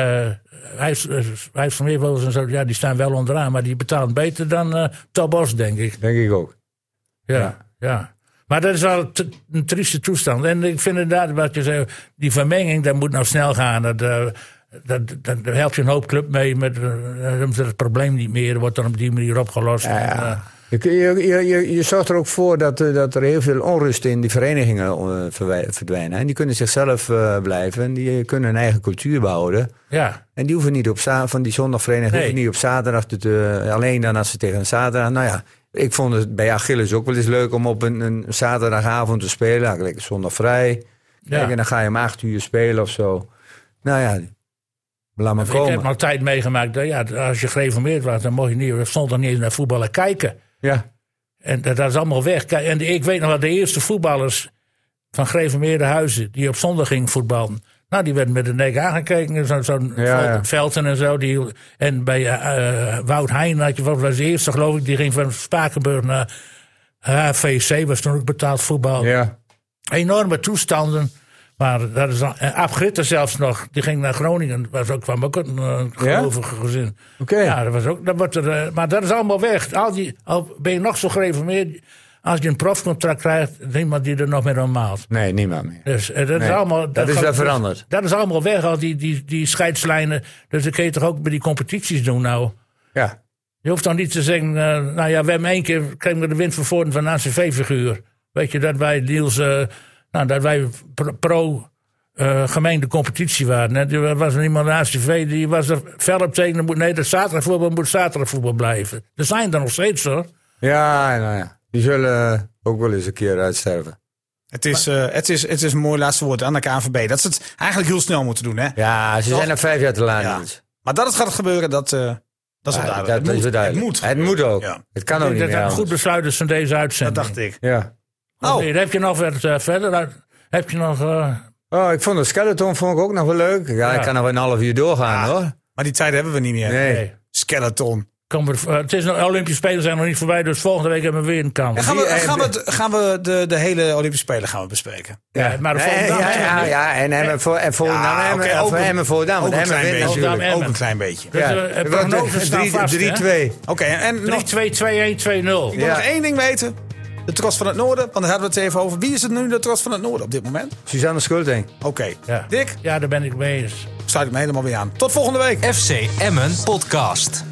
IJsselmeervogels en zo... Ja, die staan wel onderaan, maar die betalen beter dan Tobos, denk ik. Denk ik ook. Ja. Maar dat is wel een trieste toestand. En ik vind inderdaad, wat je zei, die vermenging, dat moet nou snel gaan. Daar helpt je een hoop club mee. Dan is het probleem niet meer. Wordt dan op die manier opgelost. Ja. Je zorgt er ook voor dat er heel veel onrust in die verenigingen verdwijnen. En die kunnen zichzelf blijven. En die kunnen een eigen cultuur behouden. Ja. En die hoeven niet van die zondagvereniging hoeven niet op zaterdag alleen dan als ze tegen een zaterdag. Nou ja, ik vond het bij Achilles ook wel eens leuk om op een zaterdagavond te spelen. Dan lekker zondag vrij. Kijk, en dan ga je om 8 uur spelen of zo. Nou ja, laat maar komen. Ik heb nog tijd meegemaakt. Als je gereformeerd was, dan mocht je zondag niet eens naar voetballen kijken. Ja. En dat is allemaal weg. En ik weet nog wel, de eerste voetballers van gereformeerde huizen die op zondag gingen voetballen. Nou, die werden met de nek aangekeken. Zo'n Velten en zo. En bij Wout Heijn had je was de eerste, geloof ik. Die ging van Spakenburg naar HVC. Was toen ook betaald voetbal. Ja. Enorme toestanden. Maar dat is Ab Gritter zelfs nog. Die ging naar Groningen. Kwam ook een gelovige gezin. Okay. Ja, dat was ook. Maar dat is allemaal weg. Al ben je nog zo gereformeerd. Als je een profcontract krijgt, niemand die er nog meer aan maalt. Nee, niemand meer. Dus dat is allemaal... Dat is wel veranderd. Dat is allemaal weg, al die scheidslijnen. Dus dat kun je toch ook bij die competities doen nou. Ja. Je hoeft dan niet te zeggen... we hebben 1 keer kregen we de winst van Voorden van een ACV-figuur. Weet je, dat wij deals... dat wij gemeende competitie waren. Er was iemand in de ACV die was er fel op tegen. Dat zaterdagvoetbal moet zaterdagvoetbal blijven. Er zijn er nog steeds, hoor. Ja, nou ja. Die zullen ook wel eens een keer uitsterven. Het is een mooi laatste woord aan de KNVB. Dat ze het eigenlijk heel snel moeten doen, hè? Ja, ze zijn er 5 jaar te laat. Ja. Maar dat het gaat gebeuren, dat is wel duidelijk. Het moet ook. Ja. Het kan ook niet meer. Dat een goed besluit is van deze uitzending. Dat dacht ik. Ja. Nee, heb je nog wat verder? Heb je nog... ik vond de skeleton ook nog wel leuk. Ja, ik kan nog een half uur doorgaan, hoor. Maar die tijd hebben we niet meer. Nee. Skeleton. Het is nog, Olympische Spelen zijn nog niet voorbij, dus volgende week hebben we weer een kans. Gaan we de hele Olympische Spelen gaan we bespreken? Ja, maar de volgende dag. En Emmen Volendam. Ook een klein beetje. Dus het prognose staat vast, 3-2. Oké, en 3-2, 2-1, 2-0. Ik wil nog 1 ding weten. De trots van het noorden, want daar hadden we het even over. Wie is het nu de trots van het noorden op dit moment? Suzanne Schulting. Oké. Ja. Dick? Ja, daar ben ik mee eens. Sluit ik me helemaal weer aan. Tot volgende week. FC Emmen Podcast.